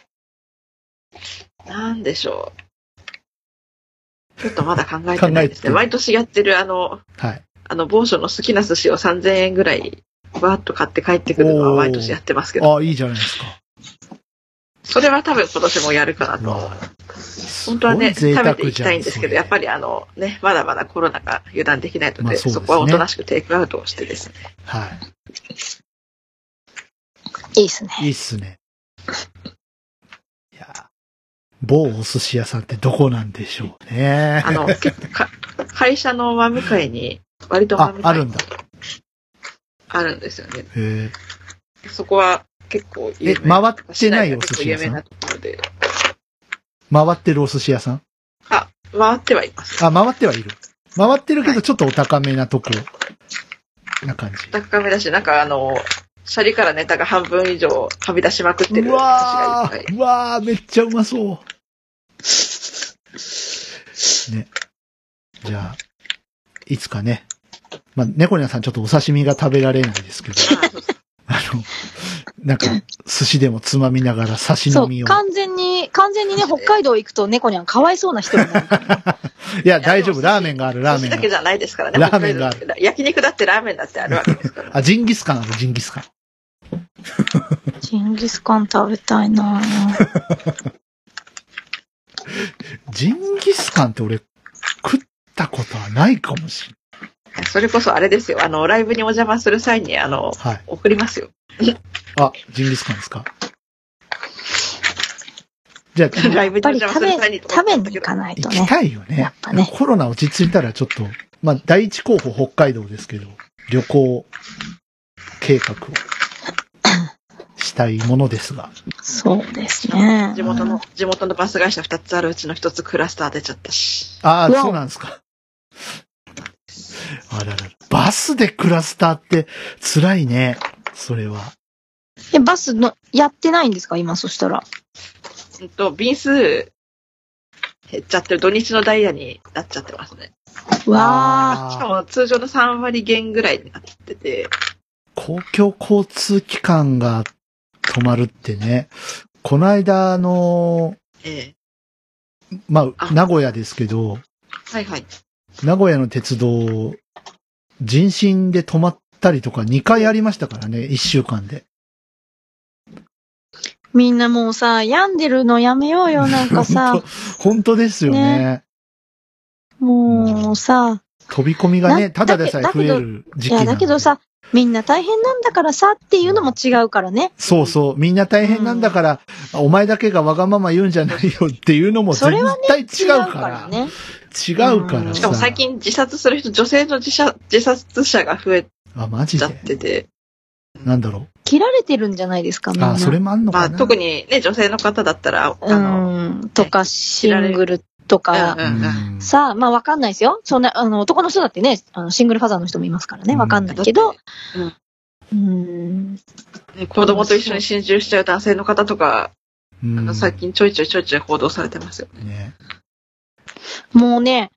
なんでしょう。ちょっとまだ考えてないですね。毎年やってるはい。某所の好きな寿司を3000円ぐらい、バーッと買って帰ってくるのは毎年やってますけど。 ああ、いいじゃないですか。 それは多分今年もやるかなと。本当はね、食べていきたいんですけど、やっぱりね、まだまだコロナが油断できないので、そこはおとなしくテイクアウトをしてですね。 はい。 いいっすね。 いいっすね。いや、某お寿司屋さんってどこなんでしょうね。 会社の真向かいに、割と真向かいに。 あるんだ。 あるんですよね。 へえ。そこは結構有名。 回ってないお寿司屋さん？ 有名なところで。 回ってるお寿司屋さん？ 回ってはいます。 回ってはいる。回ってるけどちょっとお高めなとこな感じ。 高めだし、なんかシャリからネタが半分以上はみ出しまくってる。 うわー、めっちゃうまそう。ね。じゃあ、いつかね。まあ、猫ニャさんちょっとお刺身が食べられないですけど。 なんか、寿司でもつまみながら差し飲みを。 完全にね、北海道行くと猫にゃんかわいそうな人になる。 いや、大丈夫。ラーメンがある、ラーメンが。 寿司だけじゃないですからね。 ラーメンがある。 焼肉だってラーメンだってあるわけですから。 あ、ジンギスカンある、ジンギスカン。 ジンギスカン食べたいなジンギスカンって俺、食ったことはないかもしれない。 それこそあれですよ。ライブにお邪魔する際に、 はい、 送りますよ。 あ、ジンギスカンですか？じゃあ、 ライブにお邪魔する際に食べに行かないとね。 行きたいよね。 やっぱね。 コロナ落ち着いたらちょっと、まあ、第一候補北海道ですけど、旅行計画をしたいものですが。 そうですね。 地元のバス会社2つあるうちの1つクラスター出ちゃったし。 ああ、そうなんですか。あららら。バスでクラスターって辛いね。それは。 バスの、やってないんですか今、そしたら。 便数減っちゃってる土日のダイヤになっちゃってますね。 わー。 しかも通常の3割減ぐらいになってて。 公共交通機関が止まるってね。この間まあ、名古屋ですけど。 はいはい。 名古屋の鉄道、人身で止まったりとか2回ありましたからね、1週間で。 みんなもうさ、病んでるのやめようよ、なんかさ。 本当ですよね。 もうさ。 飛び込みがね、ただでさえ増える時期なんで。 いや、だけどさ、みんな大変なんだからさっていうのも違うからね。 そうそう。みんな大変なんだから、お前だけがわがまま言うんじゃないよっていうのも絶対違うから。 ね、 違うからさ。 しかも最近自殺する人、女性の自殺者が増えちゃってて。 なんだろう。 切られてるんじゃないですか、みんな。 あ、それもあんのかな。 まあ、特にね、女性の方だったら、 とか、シングルとか、さあ、まあわかんないですよ。そんな、男の人だってね、シングルファザーの人もいますからね、わかんないけど、 子供と一緒に心中しちゃう男性の方とか、最近ちょいちょい報道されてますよね。 もうね、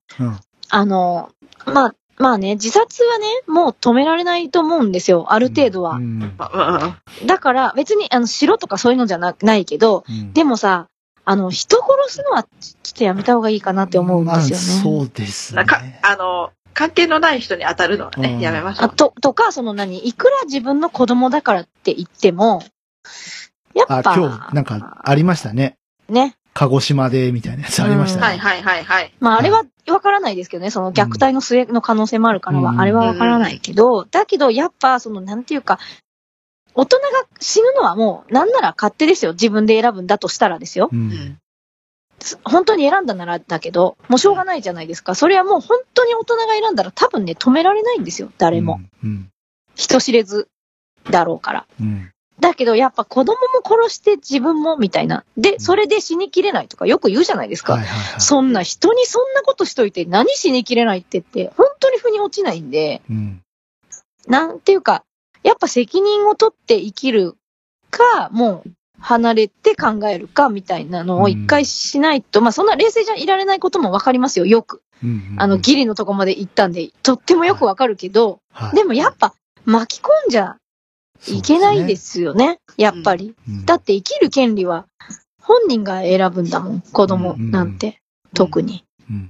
まあね、自殺はね、もう止められないと思うんですよ、ある程度は。だから、別に、白とかそういうのじゃないけど、でもさ、人殺すのは、ちょっとやめた方がいいかなって思うんですよね。 そうですね。 関係のない人に当たるのはね、やめましょう。 とか、いくら自分の子供だからって言っても、やっぱ。 今日、なんか、ありましたね。 ね。 鹿児島で、みたいなやつありましたね。 はい。 まあ、あれはわからないですけどね、その虐待の末の可能性もあるからは、あれはわからないけど、だけど、やっぱ、なんていうか、大人が死ぬのはもう、なんなら勝手ですよ。自分で選ぶんだとしたらですよ。本当に選んだならだけど、もうしょうがないじゃないですか。それはもう本当に大人が選んだら多分ね、止められないんですよ。誰も。人知れずだろうから。だけどやっぱ子供も殺して自分もみたいな。で、それで死にきれないとかよく言うじゃないですか。そんな人にそんなことしといて何死にきれないって言って、本当に腑に落ちないんで、なんていうか、やっぱ責任を取って生きるか、もう離れて考えるかみたいなのを一回しないと、まあそんな冷静じゃいられないこともわかりますよ、よく。ギリのとこまで行ったんで、とってもよくわかるけど、でもやっぱ巻き込んじゃいけないですよね、やっぱり。だって生きる権利は本人が選ぶんだもん、子供なんて、特に。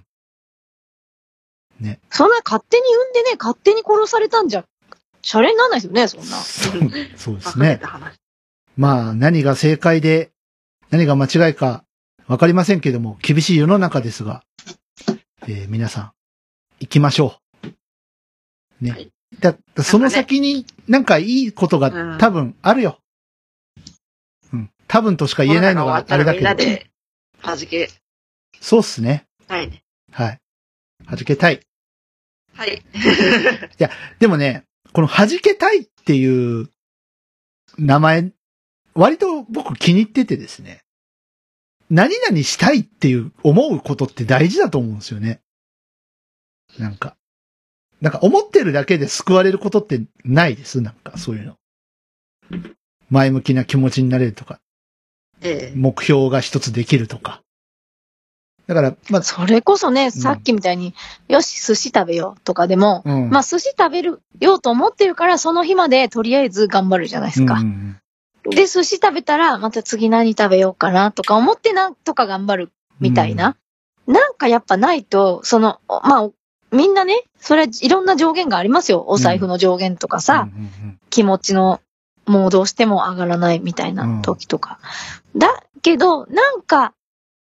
そんな勝手に産んでね、勝手に殺されたんじゃ、シャレにならないですよね、そんな。 そうですね。まあ、何が正解で、何が間違いかわかりませんけども、厳しい世の中ですが、皆さん、行きましょう。ね。その先になんかいいことが多分あるよ。多分としか言えないのがあれだけど。みんなで、弾け。 そうっすね。 はいね。 はい。弾けたい。 はい。いや、でもね、この弾けたいっていう名前、割と僕気に入っててですね。何々したいっていう思うことって大事だと思うんですよね。なんか思ってるだけで救われることってないです。なんかそういうの。前向きな気持ちになれるとか。目標が一つできるとか。だから、まあ。 それこそね、さっきみたいに、よし、寿司食べようとかでも、まあ寿司食べるようと思ってるから、その日までとりあえず頑張るじゃないですか。 で、寿司食べたら、また次何食べようかなとか思ってなんとか頑張るみたいな。なんかやっぱないと、みんなね、それはいろんな上限がありますよ。お財布の上限とかさ、気持ちの、もうどうしても上がらないみたいな時とか。だけど、なんか、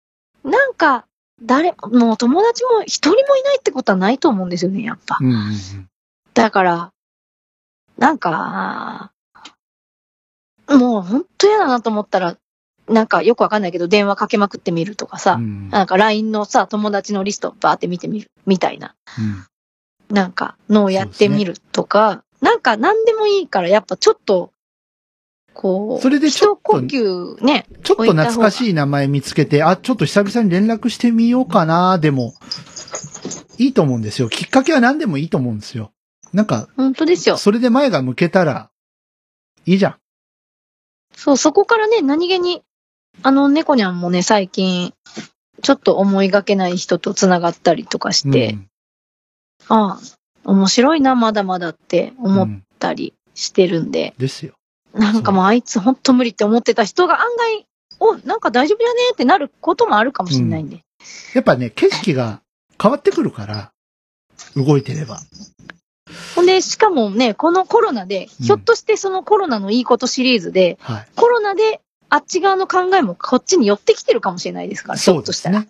もう友達も一人もいないってことはないと思うんですよね、やっぱ。だから、なんか、もう本当嫌だなと思ったら、なんかよくわかんないけど電話かけまくってみるとかさ、なんか LINE のさ、友達のリストバーって見てみるみたいな、なんかのをやってみるとか、なんか何でもいいからやっぱちょっと、こう、 それでちょっと、 一呼吸ね、 ちょっと懐かしい名前見つけて、ちょっと久々に連絡してみようかな、でも、いいと思うんですよ。きっかけは何でもいいと思うんですよ。なんか、 本当ですよ。 それで前が向けたら、いいじゃん。 そう、そこからね、何気に、猫にゃんもね、最近、ちょっと思いがけない人と繋がったりとかして、ああ、面白いな、まだまだって思ったりしてるんで。 ですよ。 なんかもうあいつほんと無理って思ってた人が案外、なんか大丈夫やねってなることもあるかもしれないんで。 やっぱね、景色が変わってくるから、動いてれば。 ほんで、しかもね、このコロナで、ひょっとしてそのコロナのいいことシリーズで、コロナであっち側の考えもこっちに寄ってきてるかもしれないですから、ひょっとしたら。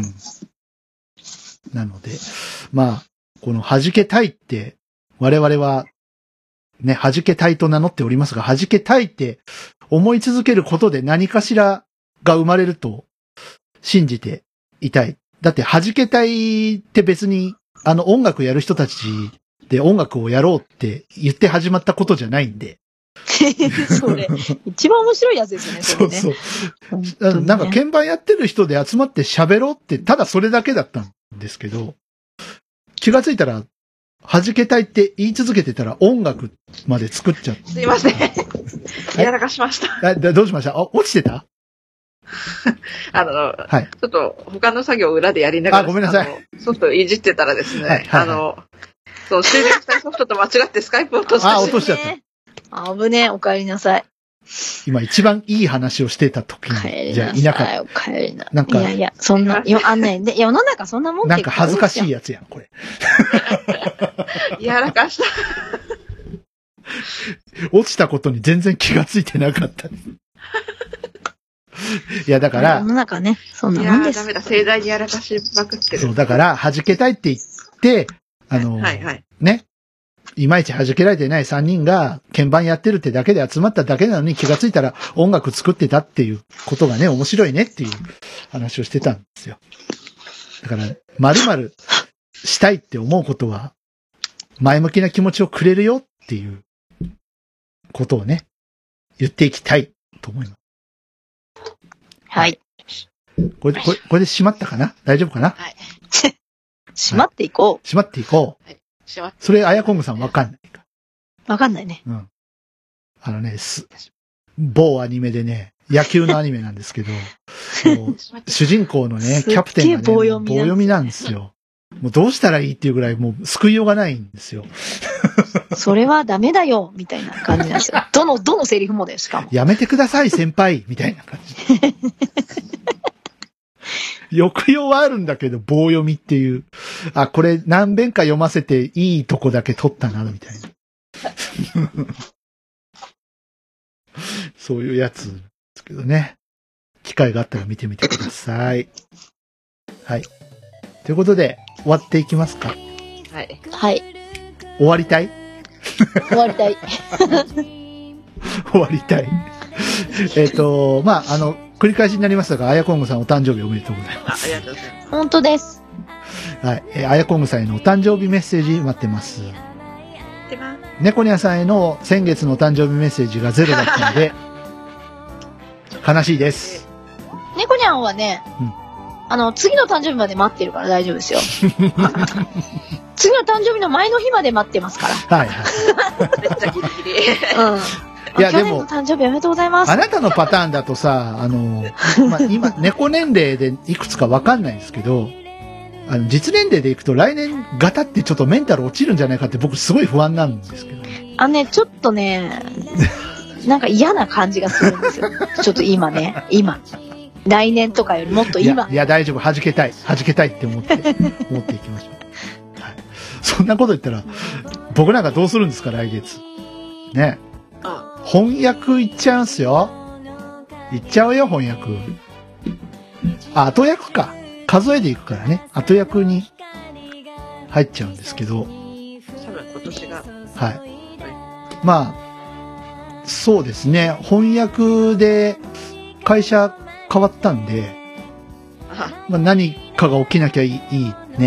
なので、この弾けたいって、我々は、ね、弾けたいと名乗っておりますが、弾けたいって思い続けることで何かしらが生まれると信じていたい。だって弾けたいって別に、音楽やる人たちで音楽をやろうって言って始まったことじゃないんで。 それ、一番面白いやつですよね、それね。 そう。なんか鍵盤やってる人で集まって喋ろうって、ただそれだけだったんですけど、気がついたら、弾けたいって言い続けてたら音楽まで作っちゃって。 すいません。やらかしました。 どうしました？落ちてた？ はい。ちょっと他の作業を裏でやりながら、 ごめんなさい。 ソフトいじってたらですね、そう、終了したいソフトと間違ってスカイプを落としちゃった。 落としちゃった。 危ねえ、お帰りなさい。 今一番いい話をしてた時に、じゃあいなかった。 お帰りなさい。 なんか。 いや、そんな、世の中そんなもんなんか恥ずかしいやつやん、これ。 やらかした。 落ちたことに全然気がついてなかった。いや、だから。 世の中ね、そんなもんです。 いや、ダメだ、盛大にやらかしまくってる。 そう、だから、弾けたいって言って、ね。いまいち弾けられてない3人が鍵盤やってるってだけで集まっただけなのに気がついたら音楽作ってたっていうことがね、面白いねっていう話をしてたんですよ。だから、〇〇したいって思うことは前向きな気持ちをくれるよっていうことをね、言っていきたいと思います。 はい。 これで閉まったかな？大丈夫かな？はい。 閉まっていこう。 閉まっていこう。はい、それ、あやこんぐさんわかんないか。 わかんないね。 うん。某アニメでね、野球のアニメなんですけど、主人公のね、キャプテンがね、棒読みなんですよ。もうどうしたらいいっていうぐらいもう救いようがないんですよ。 それはダメだよ、みたいな感じなんですよ。どのセリフもだよ、しかも。 やめてください、先輩みたいな感じ。抑揚はあるんだけど、棒読みっていう。これ何遍か読ませていいとこだけ取ったな、みたいな。そういうやつですけどね。機会があったら見てみてください。はい。ということで、終わっていきますか？ はい。 はい。 終わりたい？ 終わりたい。 終わりたい。繰り返しになりましたが、あやこんぐさんお誕生日おめでとうございます。 ありがとうございます。 本当です。 はい。あやこんぐさんへのお誕生日メッセージ待ってます。猫ニャさんへの先月のお誕生日メッセージがゼロだったので、悲しいです。 猫ニャンはね、次の誕生日まで待ってるから大丈夫ですよ。次の誕生日の前の日まで待ってますから。 はいはい。 めっちゃギリギリ。 うん。いや、でも、 誕生日おめでとうございます。 あなたのパターンだとさ、今、猫年齢でいくつかわかんないんですけど、実年齢でいくと来年型ってちょっとメンタル落ちるんじゃないかって僕すごい不安なんですけど。 ちょっとね、 なんか嫌な感じがするんですよ。ちょっと今。来年とかよりもっと今。 いや、大丈夫。弾けたいって思っていきましょう。はい。そんなこと言ったら、僕なんかどうするんですか、来月。ね。翻訳行っちゃうんすよ。行っちゃうよ、翻訳。後役か。数えで行くからね。後役に入っちゃうんですけど。 多分今年が。 はい。まあ、そうですね。翻訳で会社変わったんで、まあ、何かが起きなきゃいいね。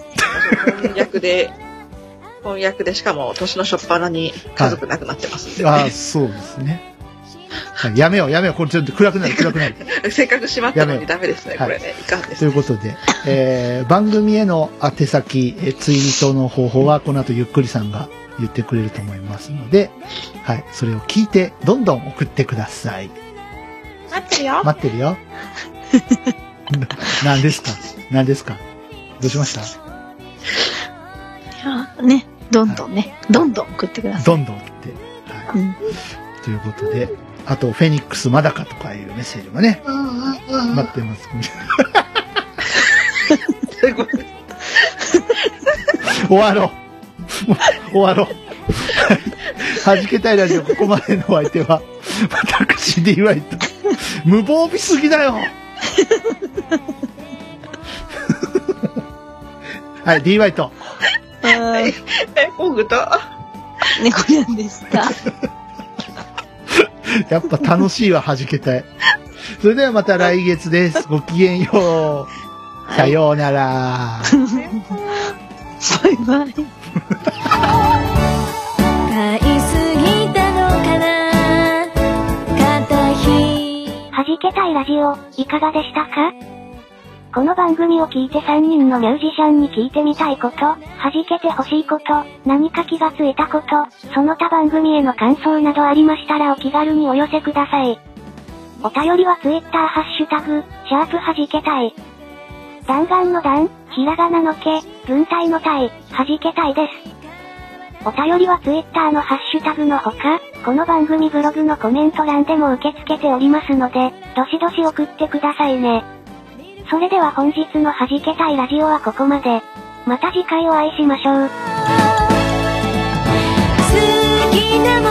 翻訳でしかも年の初っ端に家族亡くなってますんで、ね。 ああ、そうですね。はい、やめよう。これちょっと暗くなる。 せっかく閉まったのにダメですね、これね。いかんです。 ということで、番組への宛先、ツイートの方法はこの後ゆっくりさんが言ってくれると思いますので、はい、それを聞いてどんどん送ってください。 待ってるよ。 何ですかどうしました？ いや、ね、どんどん送ってください。 どんどん送って。はい。ということで、あと、フェニックスまだかとかいうメッセージもね、待ってます。終わろう。弾けたいラジオ、ここまでのお相手は、私 DY と、無防備すぎだよはい、DY と。 オグと。 猫ちゃんでした。 やっぱ楽しいわ、弾けたい。それではまた来月です。ごきげんよう。さようなら。 バイバイ。 買いすぎたのかな、肩ひ。弾けたいラジオ、いかがでしたか？この番組を聞いて3人のミュージシャンに聞いてみたいこと、弾けてほしいこと、何か気がついたこと、その他番組への感想などありましたらお気軽にお寄せください。お便りはTwitterハッシュタグ、#弾けたい。弾丸の弾、ひらがなのけ、軍隊の隊、弾けたいです。お便りはTwitterのハッシュタグのほか、この番組ブログのコメント欄でも受け付けておりますので、どしどし送ってくださいね。それでは本日の弾けたいラジオはここまで。また次回お会いしましょう。好きな